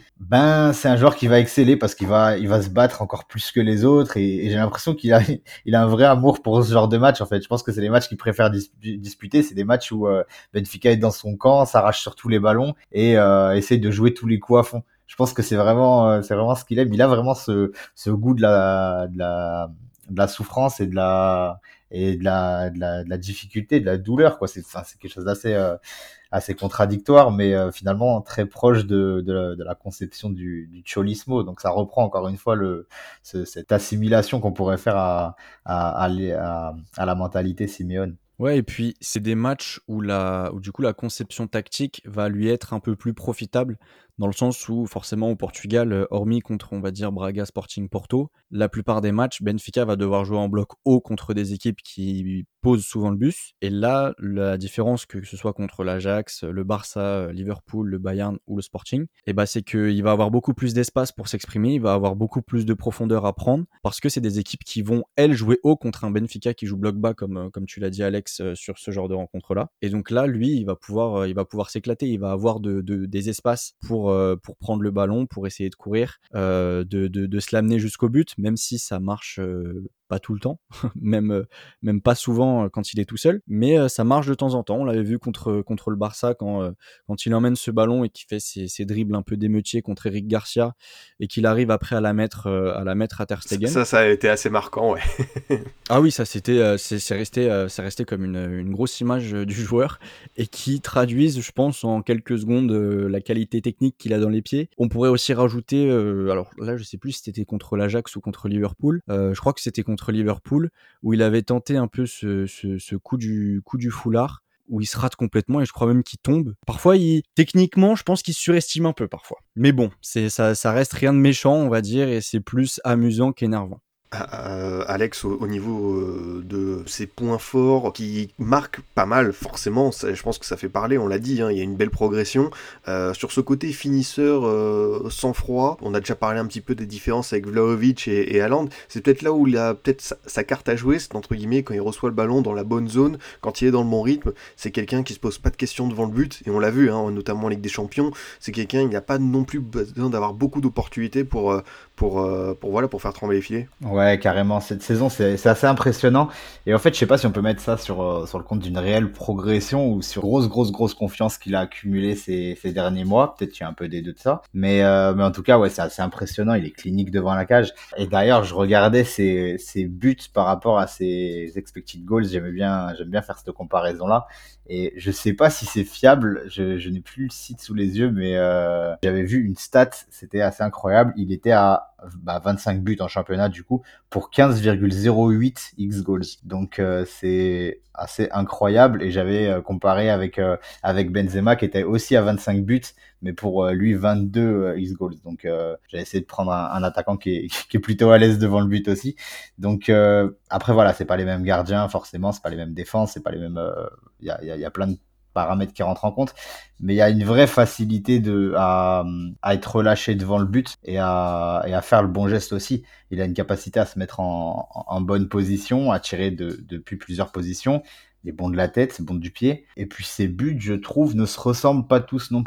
Ben, c'est un joueur qui va exceller parce qu'il va, il va se battre encore plus que les autres et, et j'ai l'impression qu'il a, il a un vrai amour pour ce genre de match en fait. Je pense que c'est les matchs qu'il préfère dis- disputer, c'est des matchs où euh, Benfica est dans son camp, s'arrache sur tous les ballons et euh, essaye de jouer tous les coups à fond. Je pense que c'est vraiment, euh, c'est vraiment ce qu'il aime. Il a vraiment ce, ce goût de la, de la, de la souffrance et de la, et de la, de la, de la difficulté, de la douleur quoi. C'est, enfin, c'est quelque chose d'assez euh, assez contradictoire, mais euh, finalement très proche de, de, la, de la conception du, du cholismo. Donc ça reprend encore une fois le, ce, cette assimilation qu'on pourrait faire à, à, à, à, à la mentalité Simeone. Ouais, et puis c'est des matchs où, la, où du coup la conception tactique va lui être un peu plus profitable, dans le sens où forcément au Portugal, euh, hormis contre on va dire Braga, Sporting, Porto, la plupart des matchs, Benfica va devoir jouer en bloc haut contre des équipes qui posent souvent le bus. Et là, la différence que ce soit contre l'Ajax, le Barça, Liverpool, le Bayern ou le Sporting, et bah c'est qu'il va avoir beaucoup plus d'espace pour s'exprimer, il va avoir beaucoup plus de profondeur à prendre, parce que c'est des équipes qui vont, elles, jouer haut contre un Benfica qui joue bloc bas, comme, comme tu l'as dit Alex, sur ce genre de rencontre-là. Et donc là, lui, il va pouvoir, il va pouvoir s'éclater, il va avoir de, de, des espaces pour, euh, pour prendre le ballon, pour essayer de courir, euh, de, de, de se l'amener jusqu'au but, même si ça marche euh, pas tout le temps, même, euh, même pas souvent quand il est tout seul, mais euh, ça marche de temps en temps. On l'avait vu contre, contre le Barça quand, euh, quand il emmène ce ballon et qu'il fait ses, ses dribbles un peu d'émeutier contre Eric Garcia et qu'il arrive après à la mettre, euh, à la mettre à Ter Stegen. Ça, ça a été assez marquant, ouais. Ah oui, ça c'était, euh, c'est, c'est resté, euh, c'est resté comme une, une grosse image euh, du joueur et qui traduisent, je pense, en quelques secondes euh, la qualité technique qu'il a dans les pieds. On pourrait aussi rajouter, euh, alors là je sais plus si c'était contre l'Ajax ou contre Liverpool, euh, je crois que c'était contre Liverpool où il avait tenté un peu ce, ce, ce coup du coup du foulard où il se rate complètement et je crois même qu'il tombe. Parfois, il, techniquement, je pense qu'il se surestime un peu parfois. Mais bon, c'est, ça, ça reste rien de méchant, on va dire, et c'est plus amusant qu'énervant. Euh, Alex, au, au niveau euh, de ses points forts qui marquent pas mal, forcément, ça, je pense que ça fait parler, on l'a dit, hein, il y a une belle progression. Euh, sur ce côté finisseur euh, sans froid, on a déjà parlé un petit peu des différences avec Vlahovic et, et Haaland, c'est peut-être là où il a peut-être sa, sa carte à jouer, c'est entre guillemets quand il reçoit le ballon dans la bonne zone, quand il est dans le bon rythme, c'est quelqu'un qui se pose pas de questions devant le but, et on l'a vu, hein, notamment en Ligue des Champions, c'est quelqu'un, il n'a pas non plus besoin d'avoir beaucoup d'opportunités pour, pour, pour, pour, voilà, pour faire trembler les filets. Ouais, carrément. Cette saison, c'est, c'est assez impressionnant. Et en fait, je sais pas si on peut mettre ça sur, euh, sur le compte d'une réelle progression ou sur grosse, grosse, grosse confiance qu'il a accumulée ces, ces derniers mois. Peut-être qu'il y a un peu des deux de ça. Mais, euh, mais en tout cas, ouais, c'est assez impressionnant. Il est clinique devant la cage. Et d'ailleurs, je regardais ses, ses buts par rapport à ses expected goals. J'aimais bien, j'aime bien faire cette comparaison-là. Et je sais pas si c'est fiable. Je, je n'ai plus le site sous les yeux, mais euh, j'avais vu une stat. C'était assez incroyable. Il était à bah, vingt-cinq buts en championnat du coup pour quinze virgule zéro huit X goals. Donc euh, c'est assez incroyable et j'avais euh, comparé avec euh, avec Benzema qui était aussi à vingt-cinq buts mais pour euh, lui vingt-deux euh, X goals. Donc euh, j'ai essayé de prendre un, un attaquant qui est qui est plutôt à l'aise devant le but aussi. Donc euh, après voilà, c'est pas les mêmes gardiens forcément, c'est pas les mêmes défenses, c'est pas les mêmes il euh, y a il y a, y a plein de paramètres qui rentrent en compte, mais il y a une vraie facilité de à, à être relâché devant le but et à et à faire le bon geste aussi. Il a une capacité à se mettre en, en bonne position, à tirer de, depuis plusieurs positions, les bons de la tête, bons du pied. Et puis ses buts, je trouve, ne se ressemblent pas tous non plus.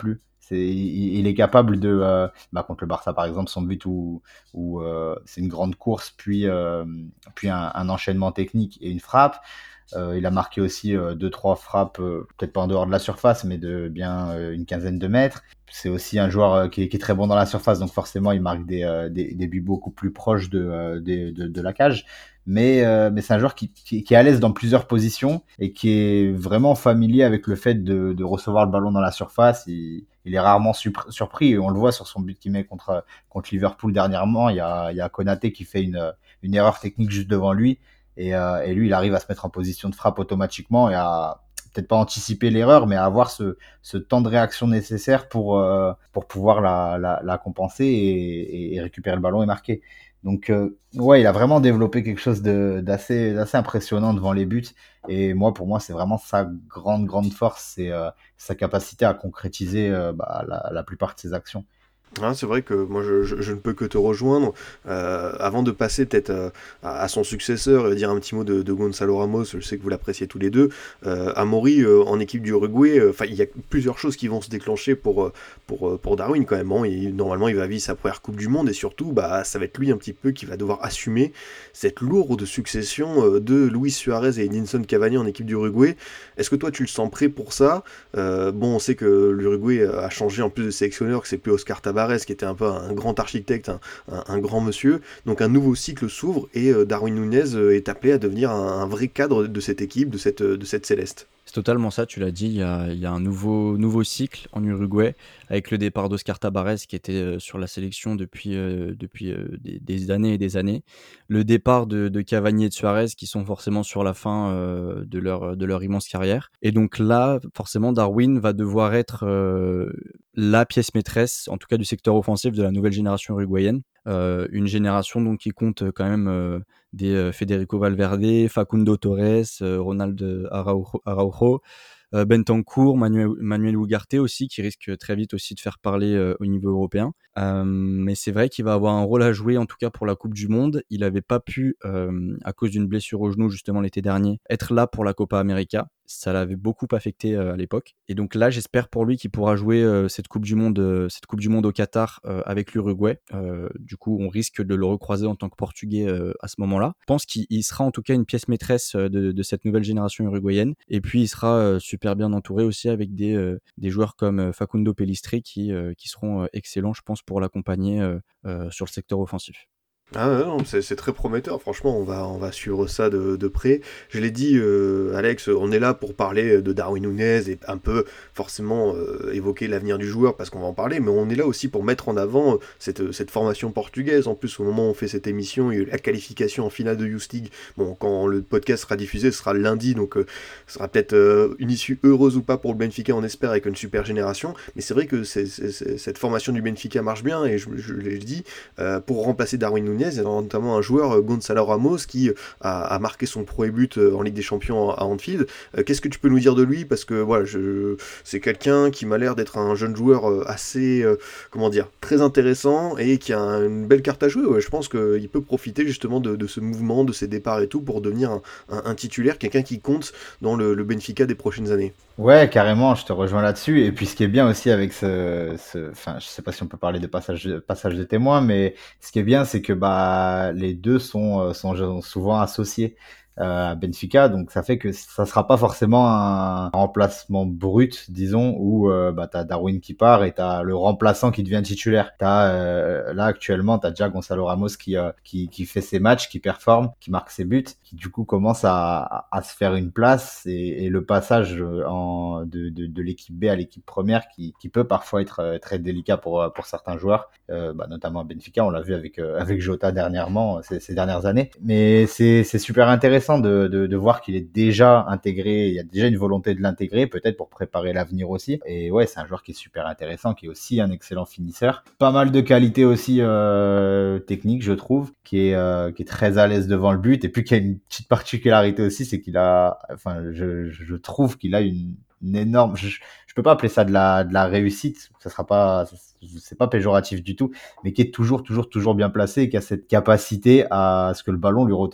C'est, il, il est capable de, euh, bah, contre le Barça par exemple, son but où, où euh, c'est une grande course, puis, euh, puis un, un enchaînement technique et une frappe. Euh, il a marqué aussi euh, deux trois frappes, euh, peut-être pas en dehors de la surface, mais de bien euh, une quinzaine de mètres. C'est aussi un joueur euh, qui, est, qui est très bon dans la surface, donc forcément il marque des, euh, des, des buts beaucoup plus proches de, euh, de, de, de la cage. Mais, euh, mais c'est un joueur qui, qui, qui est à l'aise dans plusieurs positions et qui est vraiment familier avec le fait de, de recevoir le ballon dans la surface. Il, il est rarement supr- surpris et on le voit sur son but qu'il met contre, contre Liverpool dernièrement. Il y a, il y a Konaté qui fait une, une erreur technique juste devant lui et, euh, et lui il arrive à se mettre en position de frappe automatiquement et à peut-être pas anticiper l'erreur, mais à avoir ce, ce temps de réaction nécessaire pour, euh, pour pouvoir la, la, la compenser et, et récupérer le ballon et marquer. Donc, euh, ouais, il a vraiment développé quelque chose de, d'assez, d'assez impressionnant devant les buts. Et moi, pour moi, c'est vraiment sa grande, grande force, c'est euh, sa capacité à concrétiser euh, bah, la, la plupart de ses actions. Ah, c'est vrai que moi je, je, je ne peux que te rejoindre. Euh, avant de passer peut-être euh, à, à son successeur et dire un petit mot de, de Gonzalo Ramos, je sais que vous l'appréciez tous les deux. Euh, Amaury euh, en équipe du Uruguay, enfin euh, il y a plusieurs choses qui vont se déclencher pour, pour, pour Darwin quand même. Hein. Et normalement il va vivre sa première Coupe du Monde et surtout bah, ça va être lui un petit peu qui va devoir assumer cette lourde succession euh, de Luis Suarez et Edinson Cavani en équipe du Uruguay. Est-ce que toi tu le sens prêt pour ça? euh, Bon, on sait que l'Uruguay a changé en plus de sélectionneur, que c'est plus Oscar Tabarez qui était un peu un grand architecte, un, un, un grand monsieur. Donc un nouveau cycle s'ouvre et euh, Darwin Núñez euh, est appelé à devenir un, un vrai cadre de cette équipe, de cette, de cette Céleste. C'est totalement ça, tu l'as dit, il y a, il y a un nouveau, nouveau cycle en Uruguay avec le départ d'Oscar Tabarez qui était euh, sur la sélection depuis, euh, depuis euh, des, des années et des années. Le départ de, de Cavani et de Suarez qui sont forcément sur la fin euh, de, leur, de leur immense carrière. Et donc là, forcément, Darwin va devoir être euh, la pièce maîtresse, en tout cas du secteur offensif de la nouvelle génération uruguayenne. Euh, une génération donc qui compte quand même euh, des euh, Federico Valverde, Facundo Torres, euh, Ronald Araujo, Araujo euh, Bentancur, Manuel, Manuel Ugarte aussi, qui risque très vite aussi de faire parler euh, au niveau européen. Euh, mais c'est vrai qu'il va avoir un rôle à jouer, en tout cas pour la Coupe du Monde. Il n'avait pas pu, euh, à cause d'une blessure au genou justement l'été dernier, être là pour la Copa América. Ça l'avait beaucoup affecté euh, à l'époque. Et donc là, j'espère pour lui qu'il pourra jouer euh, cette Coupe du Monde, euh, cette Coupe du Monde au Qatar euh, avec l'Uruguay. Euh, du coup, on risque de le recroiser en tant que Portugais euh, à ce moment-là. Je pense qu'il il sera en tout cas une pièce maîtresse euh, de, de cette nouvelle génération uruguayenne. Et puis, il sera euh, super bien entouré aussi avec des, euh, des joueurs comme euh, Facundo Pellistri qui, euh, qui seront euh, excellents, je pense, pour l'accompagner euh, euh, sur le secteur offensif. Ah non, c'est, c'est très prometteur, franchement, on va, on va suivre ça de, de près. Je l'ai dit, euh, Alex, on est là pour parler de Darwin Núñez et un peu forcément euh, évoquer l'avenir du joueur parce qu'on va en parler, mais on est là aussi pour mettre en avant cette, cette formation portugaise. En plus, au moment où on fait cette émission, il y a eu la qualification en finale de Youth League. Bon, quand le podcast sera diffusé, ce sera lundi, donc euh, ce sera peut-être euh, une issue heureuse ou pas pour le Benfica, on espère, avec une super génération. Mais c'est vrai que c'est, c'est, c'est, cette formation du Benfica marche bien, et je, je l'ai dit, euh, pour remplacer Darwin Núñez, il y a notamment un joueur, Gonzalo Ramos, qui a, a marqué son premier but en Ligue des Champions à Anfield. Euh, qu'est-ce que tu peux nous dire de lui? Parce que voilà, je, c'est quelqu'un qui m'a l'air d'être un jeune joueur assez, euh, comment dire, très intéressant et qui a une belle carte à jouer. Ouais, je pense qu'il peut profiter justement de, de ce mouvement, de ses départs et tout, pour devenir un, un, un titulaire, quelqu'un qui compte dans le, le Benfica des prochaines années. Ouais, carrément, je te rejoins là-dessus. Et puis, ce qui est bien aussi avec ce, ce, enfin, je sais pas si on peut parler de passage, de passage de témoin, mais ce qui est bien, c'est que bah les deux sont, sont souvent associés euh, à Benfica, donc ça fait que ça sera pas forcément un remplacement brut, disons, où euh, bah t'as Darwin qui part et t'as le remplaçant qui devient titulaire. T'as euh, là actuellement t'as déjà Gonzalo Ramos qui euh, qui qui fait ses matchs, qui performe, qui marque ses buts, qui du coup commence à à, à se faire une place et, et le passage en de, de de l'équipe B à l'équipe première qui qui peut parfois être euh, très délicat pour pour certains joueurs, euh, bah notamment à Benfica, on l'a vu avec euh, avec Jota dernièrement ces, ces dernières années. Mais c'est c'est super intéressant De, de, de voir qu'il est déjà intégré, il y a déjà une volonté de l'intégrer, peut-être pour préparer l'avenir aussi. Et ouais, c'est un joueur qui est super intéressant, qui est aussi un excellent finisseur. Pas mal de qualités aussi euh, techniques, je trouve, qui est, euh, qui est très à l'aise devant le but. Et puis qui a une petite particularité aussi, c'est qu'il a, enfin, je, je trouve qu'il a une, une énorme, je, je peux pas appeler ça de la, de la réussite, ça sera pas, c'est pas péjoratif du tout, mais qui est toujours, toujours, toujours bien placé et qui a cette capacité à ce que le ballon lui retombe un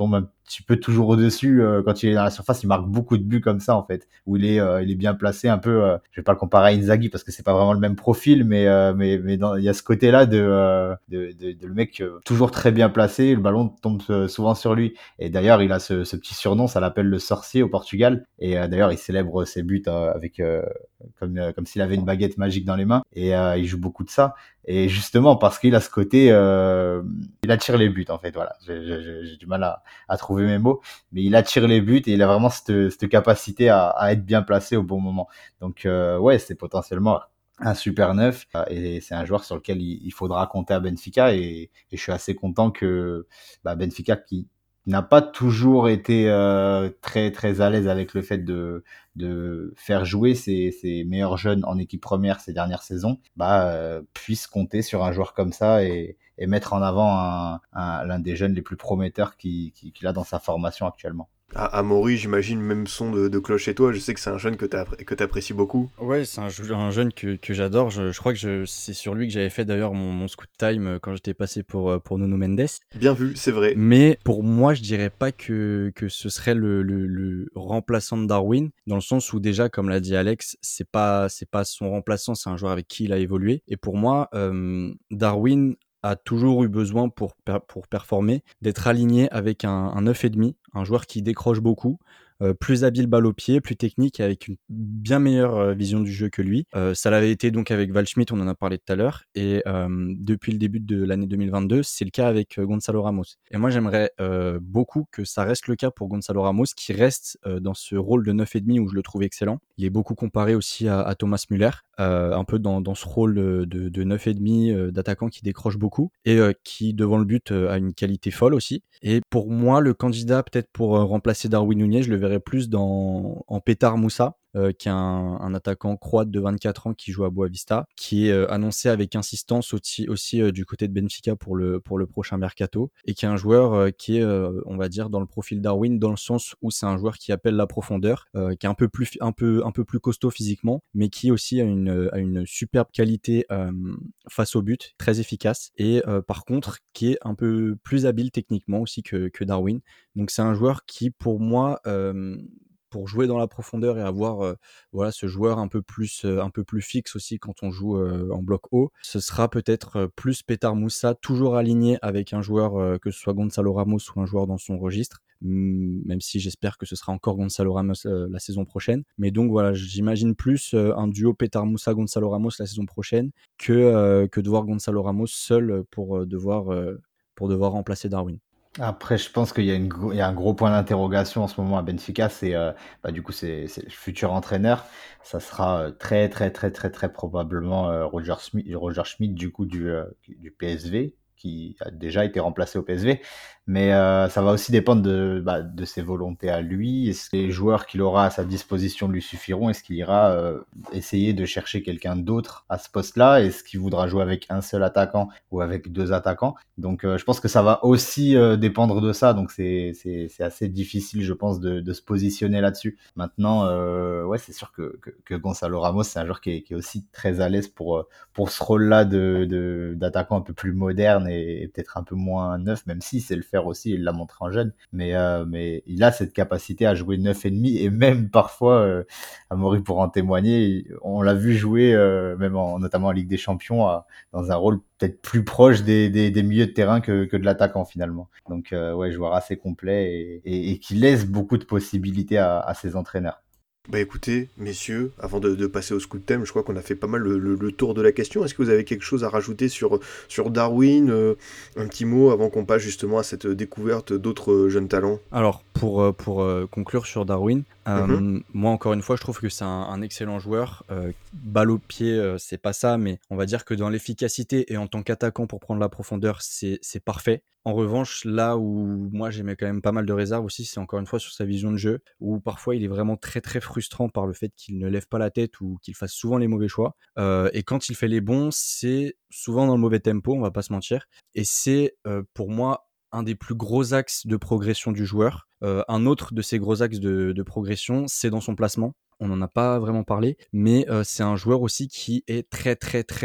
petit peu toujours au-dessus euh, quand il est dans la surface. Il marque beaucoup de buts comme ça en fait, où il est, euh, il est bien placé un peu. Euh, je vais pas le comparer à Inzaghi parce que c'est pas vraiment le même profil, mais euh, mais mais dans, il y a ce côté-là de, euh, de, de de le mec euh, toujours très bien placé. Le ballon tombe euh, souvent sur lui. Et d'ailleurs, il a ce, ce petit surnom, ça l'appelle le sorcier au Portugal. Et euh, d'ailleurs, il célèbre ses buts euh, avec euh, comme euh, comme s'il avait une baguette magique dans les mains. Et euh, il joue beaucoup de ça. Et justement parce qu'il a ce côté, euh, il attire les buts en fait. Voilà, j'ai, j'ai, j'ai du mal à, à trouver mes mots, mais il attire les buts et il a vraiment cette, cette capacité à, à être bien placé au bon moment. Donc euh, ouais, c'est potentiellement un super neuf euh, et c'est un joueur sur lequel il, il faudra compter à Benfica. Et, et je suis assez content que bah, Benfica qui n'a pas toujours été euh, très très à l'aise avec le fait de de faire jouer ses, ses meilleurs jeunes en équipe première ces dernières saisons, bah euh, puisse compter sur un joueur comme ça et, et mettre en avant un, un, l'un des jeunes les plus prometteurs qu'il, qu'il a dans sa formation actuellement. À, à Maury, j'imagine, même son de, de cloche chez toi. Je sais que c'est un jeune que tu que apprécies beaucoup. Ouais, c'est un, un jeune que, que j'adore. Je, je crois que je, c'est sur lui que j'avais fait d'ailleurs mon, mon scout time quand j'étais passé pour, pour Nuno Mendes. Bien vu, c'est vrai. Mais pour moi, je dirais pas que, que ce serait le, le, le remplaçant de Darwin, dans le sens où déjà, comme l'a dit Alex, c'est pas, c'est pas son remplaçant, c'est un joueur avec qui il a évolué. Et pour moi, euh, Darwin a toujours eu besoin pour, pour performer d'être aligné avec un, un neuf virgule cinq, un joueur qui décroche beaucoup, euh, plus habile balle au pied, plus technique, avec une bien meilleure euh, vision du jeu que lui. Euh, ça l'avait été donc avec Waldschmidt, on en a parlé tout à l'heure, et euh, depuis le début de l'année deux mille vingt-deux, c'est le cas avec euh, Gonçalo Ramos. Et moi, j'aimerais euh, beaucoup que ça reste le cas pour Gonçalo Ramos, qui reste euh, dans ce rôle de neuf virgule cinq où je le trouve excellent. Il est beaucoup comparé aussi à, à Thomas Müller, euh, un peu dans, dans ce rôle de, de, de neuf virgule cinq euh, d'attaquant qui décroche beaucoup et euh, qui, devant le but, euh, a une qualité folle aussi. Et pour moi, le candidat peut-être pour euh, remplacer Darwin Núñez, je le verrais plus dans, en Petar Moussa, euh, qui est un, un attaquant croate de vingt-quatre ans qui joue à Boavista, qui est euh, annoncé avec insistance aussi, aussi euh, du côté de Benfica pour le, pour le prochain mercato, et qui est un joueur euh, qui est, euh, on va dire, dans le profil Darwin, dans le sens où c'est un joueur qui appelle la profondeur, euh, qui est un peu plus, un peu, un peu plus costaud physiquement, mais qui aussi a une, a une superbe qualité euh, face au but, très efficace, et euh, par contre, qui est un peu plus habile techniquement aussi que, que Darwin. Donc c'est un joueur qui, pour moi, euh, pour jouer dans la profondeur et avoir euh, voilà, ce joueur un peu plus euh, un peu plus fixe aussi quand on joue euh, en bloc haut, ce sera peut-être euh, plus Petar Moussa, toujours aligné avec un joueur euh, que ce soit Gonçalo Ramos ou un joueur dans son registre, même si j'espère que ce sera encore Gonçalo Ramos euh, la saison prochaine. Mais donc voilà, j'imagine plus euh, un duo Petar Moussa Gonçalo Ramos la saison prochaine que euh, que de voir Gonçalo Ramos seul pour euh, devoir euh, pour devoir remplacer Darwin. Après, je pense qu'il y a, une, il y a un gros point d'interrogation en ce moment à Benfica, c'est euh, bah, du coup c'est, c'est le futur entraîneur. Ça sera euh, très très très très très probablement euh, Roger Schmidt, Roger Schmidt du coup du, euh, du P S V, qui a déjà été remplacé au P S V. Mais euh, ça va aussi dépendre de, bah, de ses volontés à lui. Est-ce que les joueurs qu'il aura à sa disposition lui suffiront? Est-ce qu'il ira euh, essayer de chercher quelqu'un d'autre à ce poste-là? Est-ce qu'il voudra jouer avec un seul attaquant ou avec deux attaquants? Donc euh, je pense que ça va aussi euh, dépendre de ça. Donc c'est, c'est, c'est assez difficile, je pense, de, de se positionner là-dessus. Maintenant, euh, ouais, c'est sûr que, que, que Gonçalo Ramos, c'est un joueur qui est, qui est aussi très à l'aise pour, pour ce rôle-là de, de, d'attaquant un peu plus moderne et, et peut-être un peu moins neuf, même si c'est le faire aussi, il l'a montré en jeune, mais euh, mais il a cette capacité à jouer neuf et demi, et même parfois euh, Amaury pour en témoigner, on l'a vu jouer euh, même en, notamment en Ligue des Champions à, dans un rôle peut-être plus proche des, des, des milieux de terrain que, que de l'attaquant finalement. Donc euh, ouais, joueur assez complet et, et, et qui laisse beaucoup de possibilités à, à ses entraîneurs. Bah écoutez, messieurs, avant de, de passer au scout thème, je crois qu'on a fait pas mal le, le, le tour de la question. Est-ce que vous avez quelque chose à rajouter sur, sur Darwin, euh, un petit mot avant qu'on passe justement à cette découverte d'autres jeunes talents? Alors, pour, pour euh, conclure sur Darwin, euh, mm-hmm. moi encore une fois, je trouve que c'est un, un excellent joueur. Euh, balle au pied, euh, c'est pas ça, mais on va dire que dans l'efficacité et en tant qu'attaquant pour prendre la profondeur, c'est, c'est parfait. En revanche, là où moi j'aimais quand même pas mal de réserves aussi, c'est encore une fois sur sa vision de jeu, où parfois il est vraiment très très frustrant par le fait qu'il ne lève pas la tête ou qu'il fasse souvent les mauvais choix. Euh, et quand il fait les bons, c'est souvent dans le mauvais tempo, on va pas se mentir. Et c'est euh, pour moi un des plus gros axes de progression du joueur. Euh, un autre de ces gros axes de, de progression, c'est dans son placement. On n'en a pas vraiment parlé, mais euh, c'est un joueur aussi qui est très très très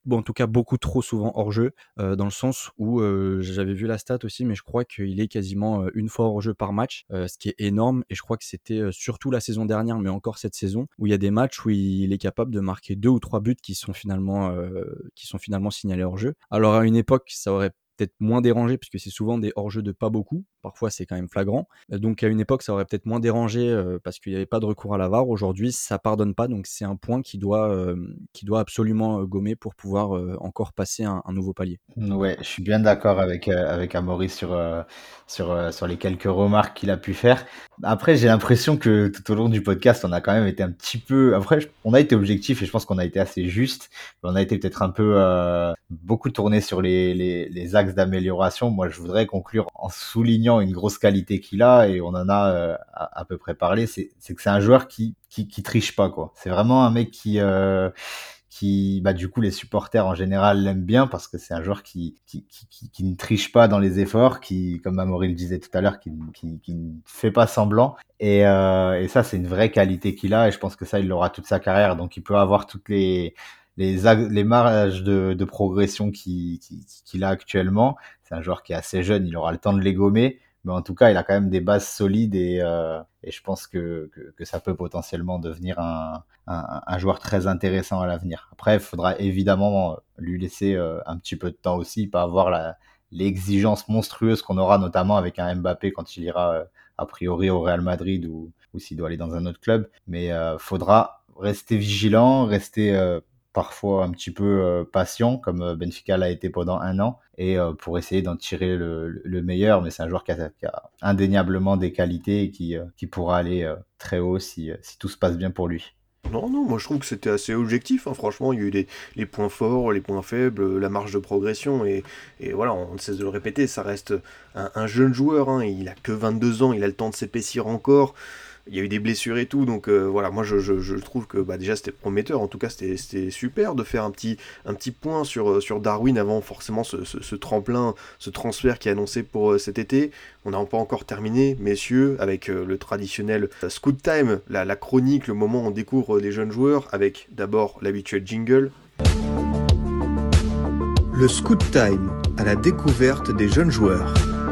bon, en tout cas beaucoup trop souvent hors jeu, euh, dans le sens où euh, j'avais vu la stat aussi, mais je crois qu'il est quasiment euh, une fois hors jeu par match, euh, ce qui est énorme. Et je crois que c'était euh, surtout la saison dernière, mais encore cette saison, où il y a des matchs où il est capable de marquer deux ou trois buts qui sont finalement, euh, qui sont finalement signalés hors jeu. Alors à une époque, ça aurait peut-être moins dérangé, puisque c'est souvent des hors-jeux de pas beaucoup, parfois c'est quand même flagrant, donc à une époque ça aurait peut-être moins dérangé euh, parce qu'il n'y avait pas de recours à la V A R. Aujourd'hui ça pardonne pas, donc c'est un point qui doit, euh, qui doit absolument euh, gommer pour pouvoir euh, encore passer un, un nouveau palier. Ouais, je suis bien d'accord avec, euh, avec Amaury sur, euh, sur, euh, sur les quelques remarques qu'il a pu faire. Après, j'ai l'impression que tout au long du podcast, on a quand même été un petit peu... Après, on a été objectif et je pense qu'on a été assez juste. On a été peut-être un peu... Euh, beaucoup tourné sur les, les, les axes d'amélioration. Moi, je voudrais conclure en soulignant une grosse qualité qu'il a, et on en a euh, à, à peu près parlé, c'est, c'est que c'est un joueur qui, qui, qui triche pas, quoi. C'est vraiment un mec qui... Euh, qui, bah, du coup, les supporters en général l'aiment bien parce que c'est un joueur qui, qui, qui, qui, qui ne triche pas dans les efforts, qui, comme Amaury le disait tout à l'heure, qui, qui, qui ne fait pas semblant. Et, euh, et ça, c'est une vraie qualité qu'il a, et je pense que ça, il l'aura toute sa carrière. Donc, il peut avoir toutes les, les, les marges de, de progression qu'il, qu'il, qu'il a actuellement. C'est un joueur qui est assez jeune, il aura le temps de les gommer. Mais en tout cas, il a quand même des bases solides, et, euh, et je pense que, que, que ça peut potentiellement devenir un, un, un joueur très intéressant à l'avenir. Après, il faudra évidemment lui laisser euh, un petit peu de temps aussi, pas avoir la, l'exigence monstrueuse qu'on aura notamment avec un Mbappé quand il ira euh, a priori au Real Madrid, ou, ou s'il doit aller dans un autre club. Mais il euh, faudra rester vigilant, rester... Euh, parfois un petit peu euh, patient, comme Benfica l'a été pendant un an, et euh, pour essayer d'en tirer le, le meilleur. Mais c'est un joueur qui a, qui a indéniablement des qualités et qui, euh, qui pourra aller euh, très haut si, si tout se passe bien pour lui. Non, non, moi je trouve que c'était assez objectif, hein. Franchement, il y a eu les, les points forts, les points faibles, la marge de progression, et, et voilà, on ne cesse de le répéter, ça reste un, un jeune joueur, hein. Il a que vingt-deux ans, il a le temps de s'épaissir encore. Il y a eu des blessures et tout, donc euh, voilà, moi je, je, je trouve que bah, déjà c'était prometteur, en tout cas c'était, c'était super de faire un petit, un petit point sur, sur Darwin avant forcément ce, ce, ce tremplin, ce transfert qui est annoncé pour euh, cet été. On n'a pas encore terminé, messieurs, avec euh, le traditionnel euh, Scout Time, la, la chronique, le moment où on découvre les jeunes joueurs, avec d'abord l'habituel jingle. Le Scout Time, à la découverte des jeunes joueurs.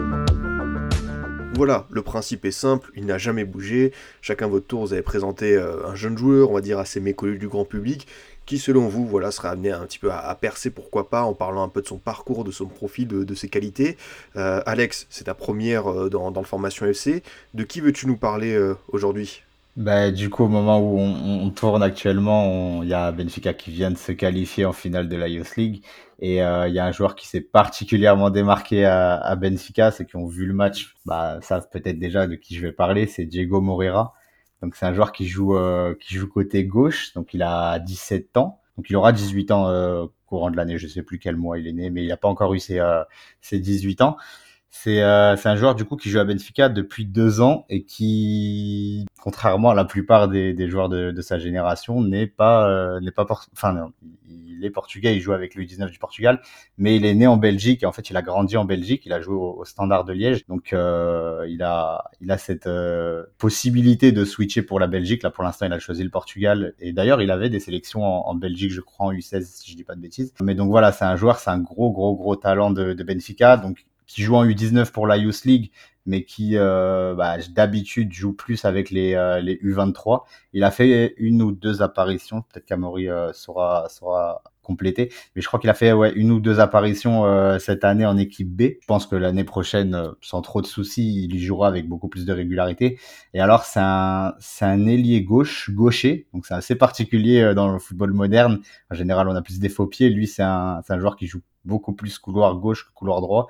Voilà, le principe est simple, il n'a jamais bougé. Chacun votre tour, vous avez présenté euh, un jeune joueur, on va dire assez méconnu du grand public, qui selon vous, voilà, sera amené un petit peu à, à percer, pourquoi pas, en parlant un peu de son parcours, de son profil, de, de ses qualités. Euh, Alex, c'est ta première euh, dans, dans le Formation F C. De qui veux-tu nous parler euh, aujourd'hui ? Bah, du coup, au moment où on, on tourne actuellement, il y a Benfica qui vient de se qualifier en finale de la Youth League. Et il euh, y a un joueur qui s'est particulièrement démarqué à, à Benfica, ceux qui ont vu le match bah, savent peut-être déjà de qui je vais parler, c'est Diego Moreira. Donc c'est un joueur qui joue euh, qui joue côté gauche, donc il a dix-sept ans, donc il aura dix-huit ans euh, courant de l'année, je sais plus quel mois il est né, mais il n'a pas encore eu ses, euh, ses dix-huit ans. C'est, euh, c'est un joueur du coup qui joue à Benfica depuis deux ans et qui, contrairement à la plupart des, des joueurs de, de sa génération, n'est pas, euh, n'est pas, por- enfin non, il est portugais, il joue avec l'U dix-neuf du Portugal, mais il est né en Belgique et en fait il a grandi en Belgique, il a joué au, au Standard de Liège, donc euh, il a, il a cette euh, possibilité de switcher pour la Belgique. Là pour l'instant il a choisi le Portugal et d'ailleurs il avait des sélections en, en Belgique, je crois en U seize si je dis pas de bêtises. Mais donc voilà, c'est un joueur, c'est un gros gros gros talent de, de Benfica, donc qui joue en U dix-neuf pour la Youth League, mais qui euh, bah, d'habitude joue plus avec les, euh, les U vingt-trois. Il a fait une ou deux apparitions, peut-être qu'Amaury euh, saura, saura compléter, mais je crois qu'il a fait ouais, une ou deux apparitions euh, cette année en équipe B. Je pense que l'année prochaine, euh, sans trop de soucis, il y jouera avec beaucoup plus de régularité. Et alors, c'est un, c'est un ailier gauche, gaucher, donc c'est assez particulier euh, dans le football moderne. En général, on a plus des faux pieds. Lui, c'est un, c'est un joueur qui joue beaucoup plus couloir gauche que couloir droit.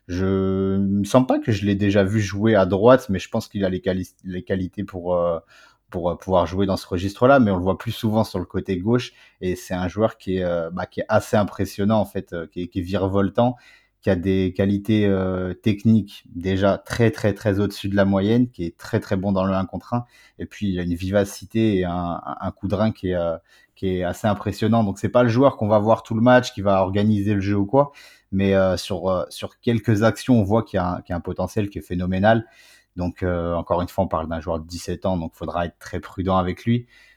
Je ne sens pas que je l'ai déjà vu jouer à droite, mais je pense qu'il a les, quali- les qualités pour, euh, pour pouvoir jouer dans ce registre-là, mais on le voit plus souvent sur le côté gauche, et c'est un joueur qui est, euh, bah, qui est assez impressionnant, en fait, euh, qui est, qui est virevoltant, qui a des qualités euh, techniques déjà très, très, très au-dessus de la moyenne, qui est très, très bon dans le un contre un, et puis il a une vivacité et un, un coup de rein qui est, euh, qui est assez impressionnant. Donc c'est pas le joueur qu'on va voir tout le match, qui va organiser le jeu ou quoi, mais euh, sur euh, sur quelques actions, on voit qu'il y a un, qu'il y a un potentiel qui est phénoménal. Donc euh, encore une fois, on parle d'un joueur de dix-sept ans, donc il faudra être très prudent avec lui.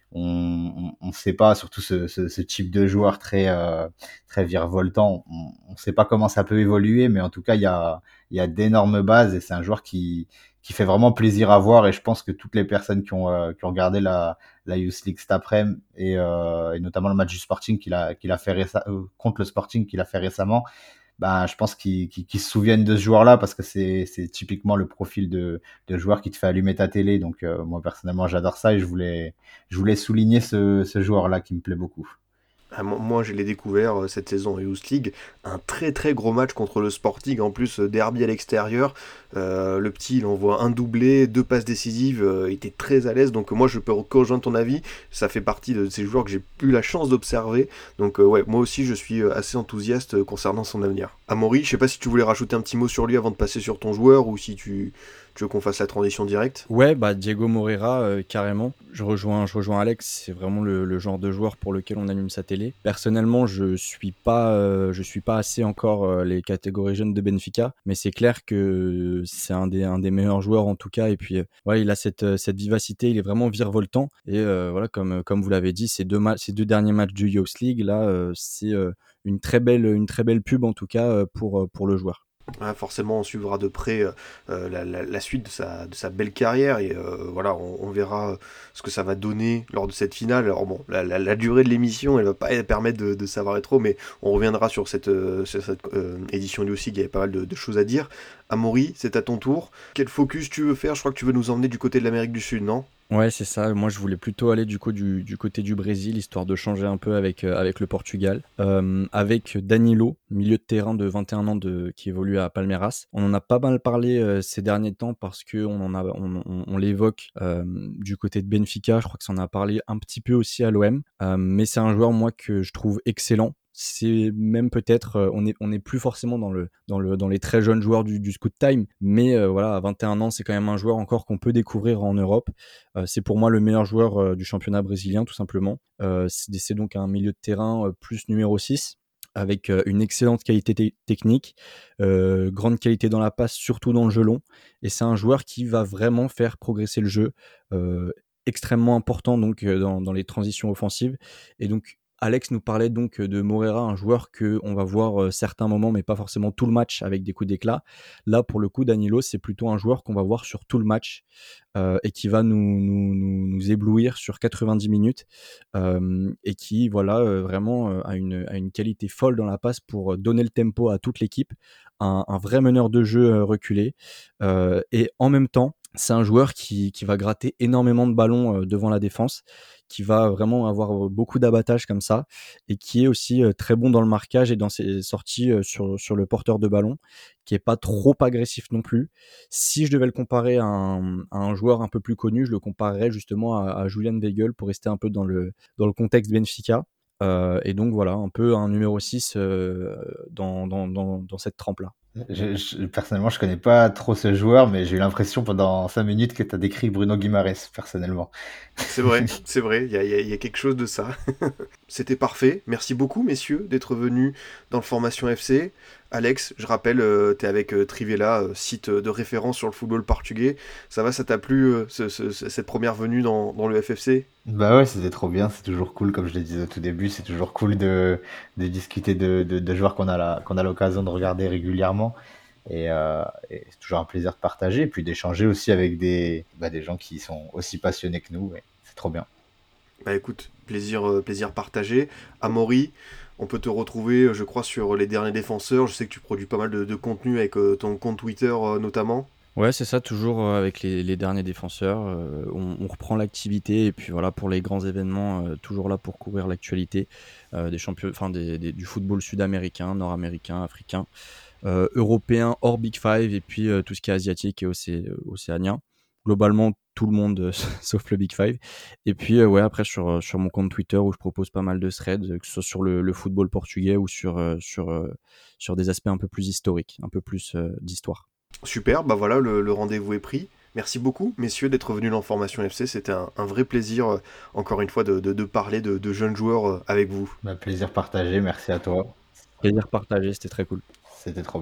on on ne sait pas, surtout ce, ce, ce type de joueur très euh, très virevoltant, on ne sait pas comment ça peut évoluer, mais en tout cas il y a il y a d'énormes bases et c'est un joueur qui qui fait vraiment plaisir à voir, et je pense que toutes les personnes qui ont euh, qui ont regardé la la Youth League cet après-midi et, euh, et notamment le match du Sporting qu'il a qu'il a fait réce- euh, contre le Sporting qu'il a fait récemment, ben je pense qu'ils qu'ils, qu'ils se souviennent de ce joueur-là, parce que c'est c'est typiquement le profil de de joueur qui te fait allumer ta télé. Donc euh, moi personnellement j'adore ça, et je voulais je voulais souligner ce ce joueur-là qui me plaît beaucoup. Ah, moi, moi, je l'ai découvert euh, cette saison en Youth League, un très très gros match contre le Sporting, en plus euh, derby à l'extérieur. Euh, le petit, il envoie un doublé, deux passes décisives, euh, il était très à l'aise, donc euh, moi je peux rejoindre ton avis, ça fait partie de ces joueurs que j'ai eu la chance d'observer, donc euh, ouais, moi aussi je suis euh, assez enthousiaste euh, concernant son avenir. Amaury, je sais pas si tu voulais rajouter un petit mot sur lui avant de passer sur ton joueur, ou si tu, tu veux qu'on fasse la transition directe. Ouais, bah Diego Moreira, euh, carrément. Je rejoins, je rejoins Alex, c'est vraiment le, le genre de joueur pour lequel on allume sa télé. Personnellement, je suis pas, euh, je suis pas assez encore euh, les catégories jeunes de Benfica, mais c'est clair que c'est un des, un des meilleurs joueurs en tout cas. Et puis, euh, ouais, il a cette, euh, cette vivacité, il est vraiment virevoltant. Et euh, voilà, comme, comme vous l'avez dit, ces deux, ma- ces deux derniers matchs du Youth League, là, euh, c'est euh, une très belle, une très belle pub en tout cas euh, pour, euh, pour le joueur. Ouais, forcément, on suivra de près euh, la, la, la suite de sa, de sa belle carrière, et euh, voilà, on, on verra ce que ça va donner lors de cette finale. Alors bon, la, la, la durée de l'émission, elle va pas permettre de, de savoir trop, mais on reviendra sur cette, euh, sur cette euh, édition du aussi, il y avait pas mal de, de choses à dire. Amaury, c'est à ton tour. Quel focus tu veux faire? Je crois que tu veux nous emmener du côté de l'Amérique du Sud, non? Ouais, c'est ça. Moi, je voulais plutôt aller du coup du, du côté du Brésil, histoire de changer un peu avec, euh, avec le Portugal. Euh, avec Danilo, milieu de terrain de vingt et un ans de, qui évolue à Palmeiras. On en a pas mal parlé euh, ces derniers temps parce qu'on en a, on, on, on l'évoque euh, du côté de Benfica. Je crois que ça en a parlé un petit peu aussi à l'O M. Euh, mais c'est un joueur, moi, que je trouve excellent. C'est même peut-être, euh, on est on est plus forcément dans le dans le dans les très jeunes joueurs du, du Scout Time, mais euh, voilà, à vingt et un ans, c'est quand même un joueur encore qu'on peut découvrir en Europe. Euh, c'est pour moi le meilleur joueur euh, du championnat brésilien, tout simplement. Euh, c'est, c'est donc un milieu de terrain euh, plus numéro six, avec euh, une excellente qualité te- technique, euh, grande qualité dans la passe, surtout dans le jeu long, et c'est un joueur qui va vraiment faire progresser le jeu, euh, extrêmement important donc euh, dans, dans les transitions offensives. Et donc Alex nous parlait donc de Moreira, un joueur que on va voir euh, certains moments, mais pas forcément tout le match avec des coups d'éclat. Là, pour le coup, Danilo, c'est plutôt un joueur qu'on va voir sur tout le match euh, et qui va nous, nous, nous, nous éblouir sur quatre-vingt-dix minutes euh, et qui, voilà, euh, vraiment euh, a, une, a une qualité folle dans la passe pour donner le tempo à toute l'équipe. Un, un vrai meneur de jeu euh, reculé euh, et en même temps, c'est un joueur qui, qui va gratter énormément de ballons euh, devant la défense, qui va vraiment avoir beaucoup d'abattage comme ça, et qui est aussi euh, très bon dans le marquage et dans ses sorties euh, sur, sur le porteur de ballon, qui est pas trop agressif non plus. Si je devais le comparer à un, à un joueur un peu plus connu, je le comparerais justement à, à Julian Weigl, pour rester un peu dans le, dans le contexte Benfica. Euh, et donc voilà, un peu un numéro six euh, dans, dans, dans, dans cette trempe-là. Je, je, personnellement, je connais pas trop ce joueur, mais j'ai eu l'impression pendant cinq minutes que tu as décrit Bruno Guimaraes, personnellement. C'est vrai, c'est vrai, il y a, y a, y a quelque chose de ça. C'était parfait. Merci beaucoup, messieurs, d'être venus dans le Formation F C. Alex, je rappelle, euh, tu es avec euh, Trivela, euh, site de référence sur le football portugais. Ça va, ça t'a plu, euh, ce, ce, cette première venue dans, dans le F F C? Bah ouais, c'était trop bien, c'est toujours cool, comme je le disais au tout début, c'est toujours cool de, de discuter de, de, de joueurs qu'on a, la, qu'on a l'occasion de regarder régulièrement. Et, euh, et c'est toujours un plaisir de partager, et puis d'échanger aussi avec des, bah, des gens qui sont aussi passionnés que nous, et c'est trop bien. Bah écoute, plaisir, euh, plaisir partagé. Amaury, on peut te retrouver, je crois, sur les derniers défenseurs. Je sais que tu produis pas mal de, de contenu avec euh, ton compte Twitter euh, notamment. Ouais, c'est ça, toujours euh, avec les, les derniers défenseurs. Euh, on, on reprend l'activité, et puis voilà, pour les grands événements, euh, toujours là pour couvrir l'actualité euh, des champions, enfin des, des, du football sud-américain, nord-américain, africain, euh, européen, hors Big Five, et puis euh, tout ce qui est asiatique et océ, océanien. Globalement, tout le monde euh, sauf le Big Five. Et puis euh, ouais, après sur, sur mon compte Twitter, où je propose pas mal de threads, que ce soit sur le, le football portugais ou sur, euh, sur, euh, sur des aspects un peu plus historiques, un peu plus euh, d'histoire. Super, bah voilà, le, le rendez-vous est pris. Merci beaucoup, messieurs, d'être venus dans Formation F C. C'était un, un vrai plaisir, euh, encore une fois, de, de, de parler de, de jeunes joueurs euh, avec vous. Bah, plaisir partagé, merci à toi. Plaisir partagé, c'était très cool. C'était trop bien.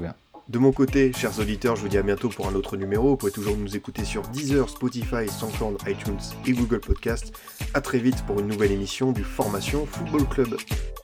De mon côté, chers auditeurs, je vous dis à bientôt pour un autre numéro. Vous pouvez toujours nous écouter sur Deezer, Spotify, SoundCloud, iTunes et Google Podcast. A très vite pour une nouvelle émission du Formation Football Club.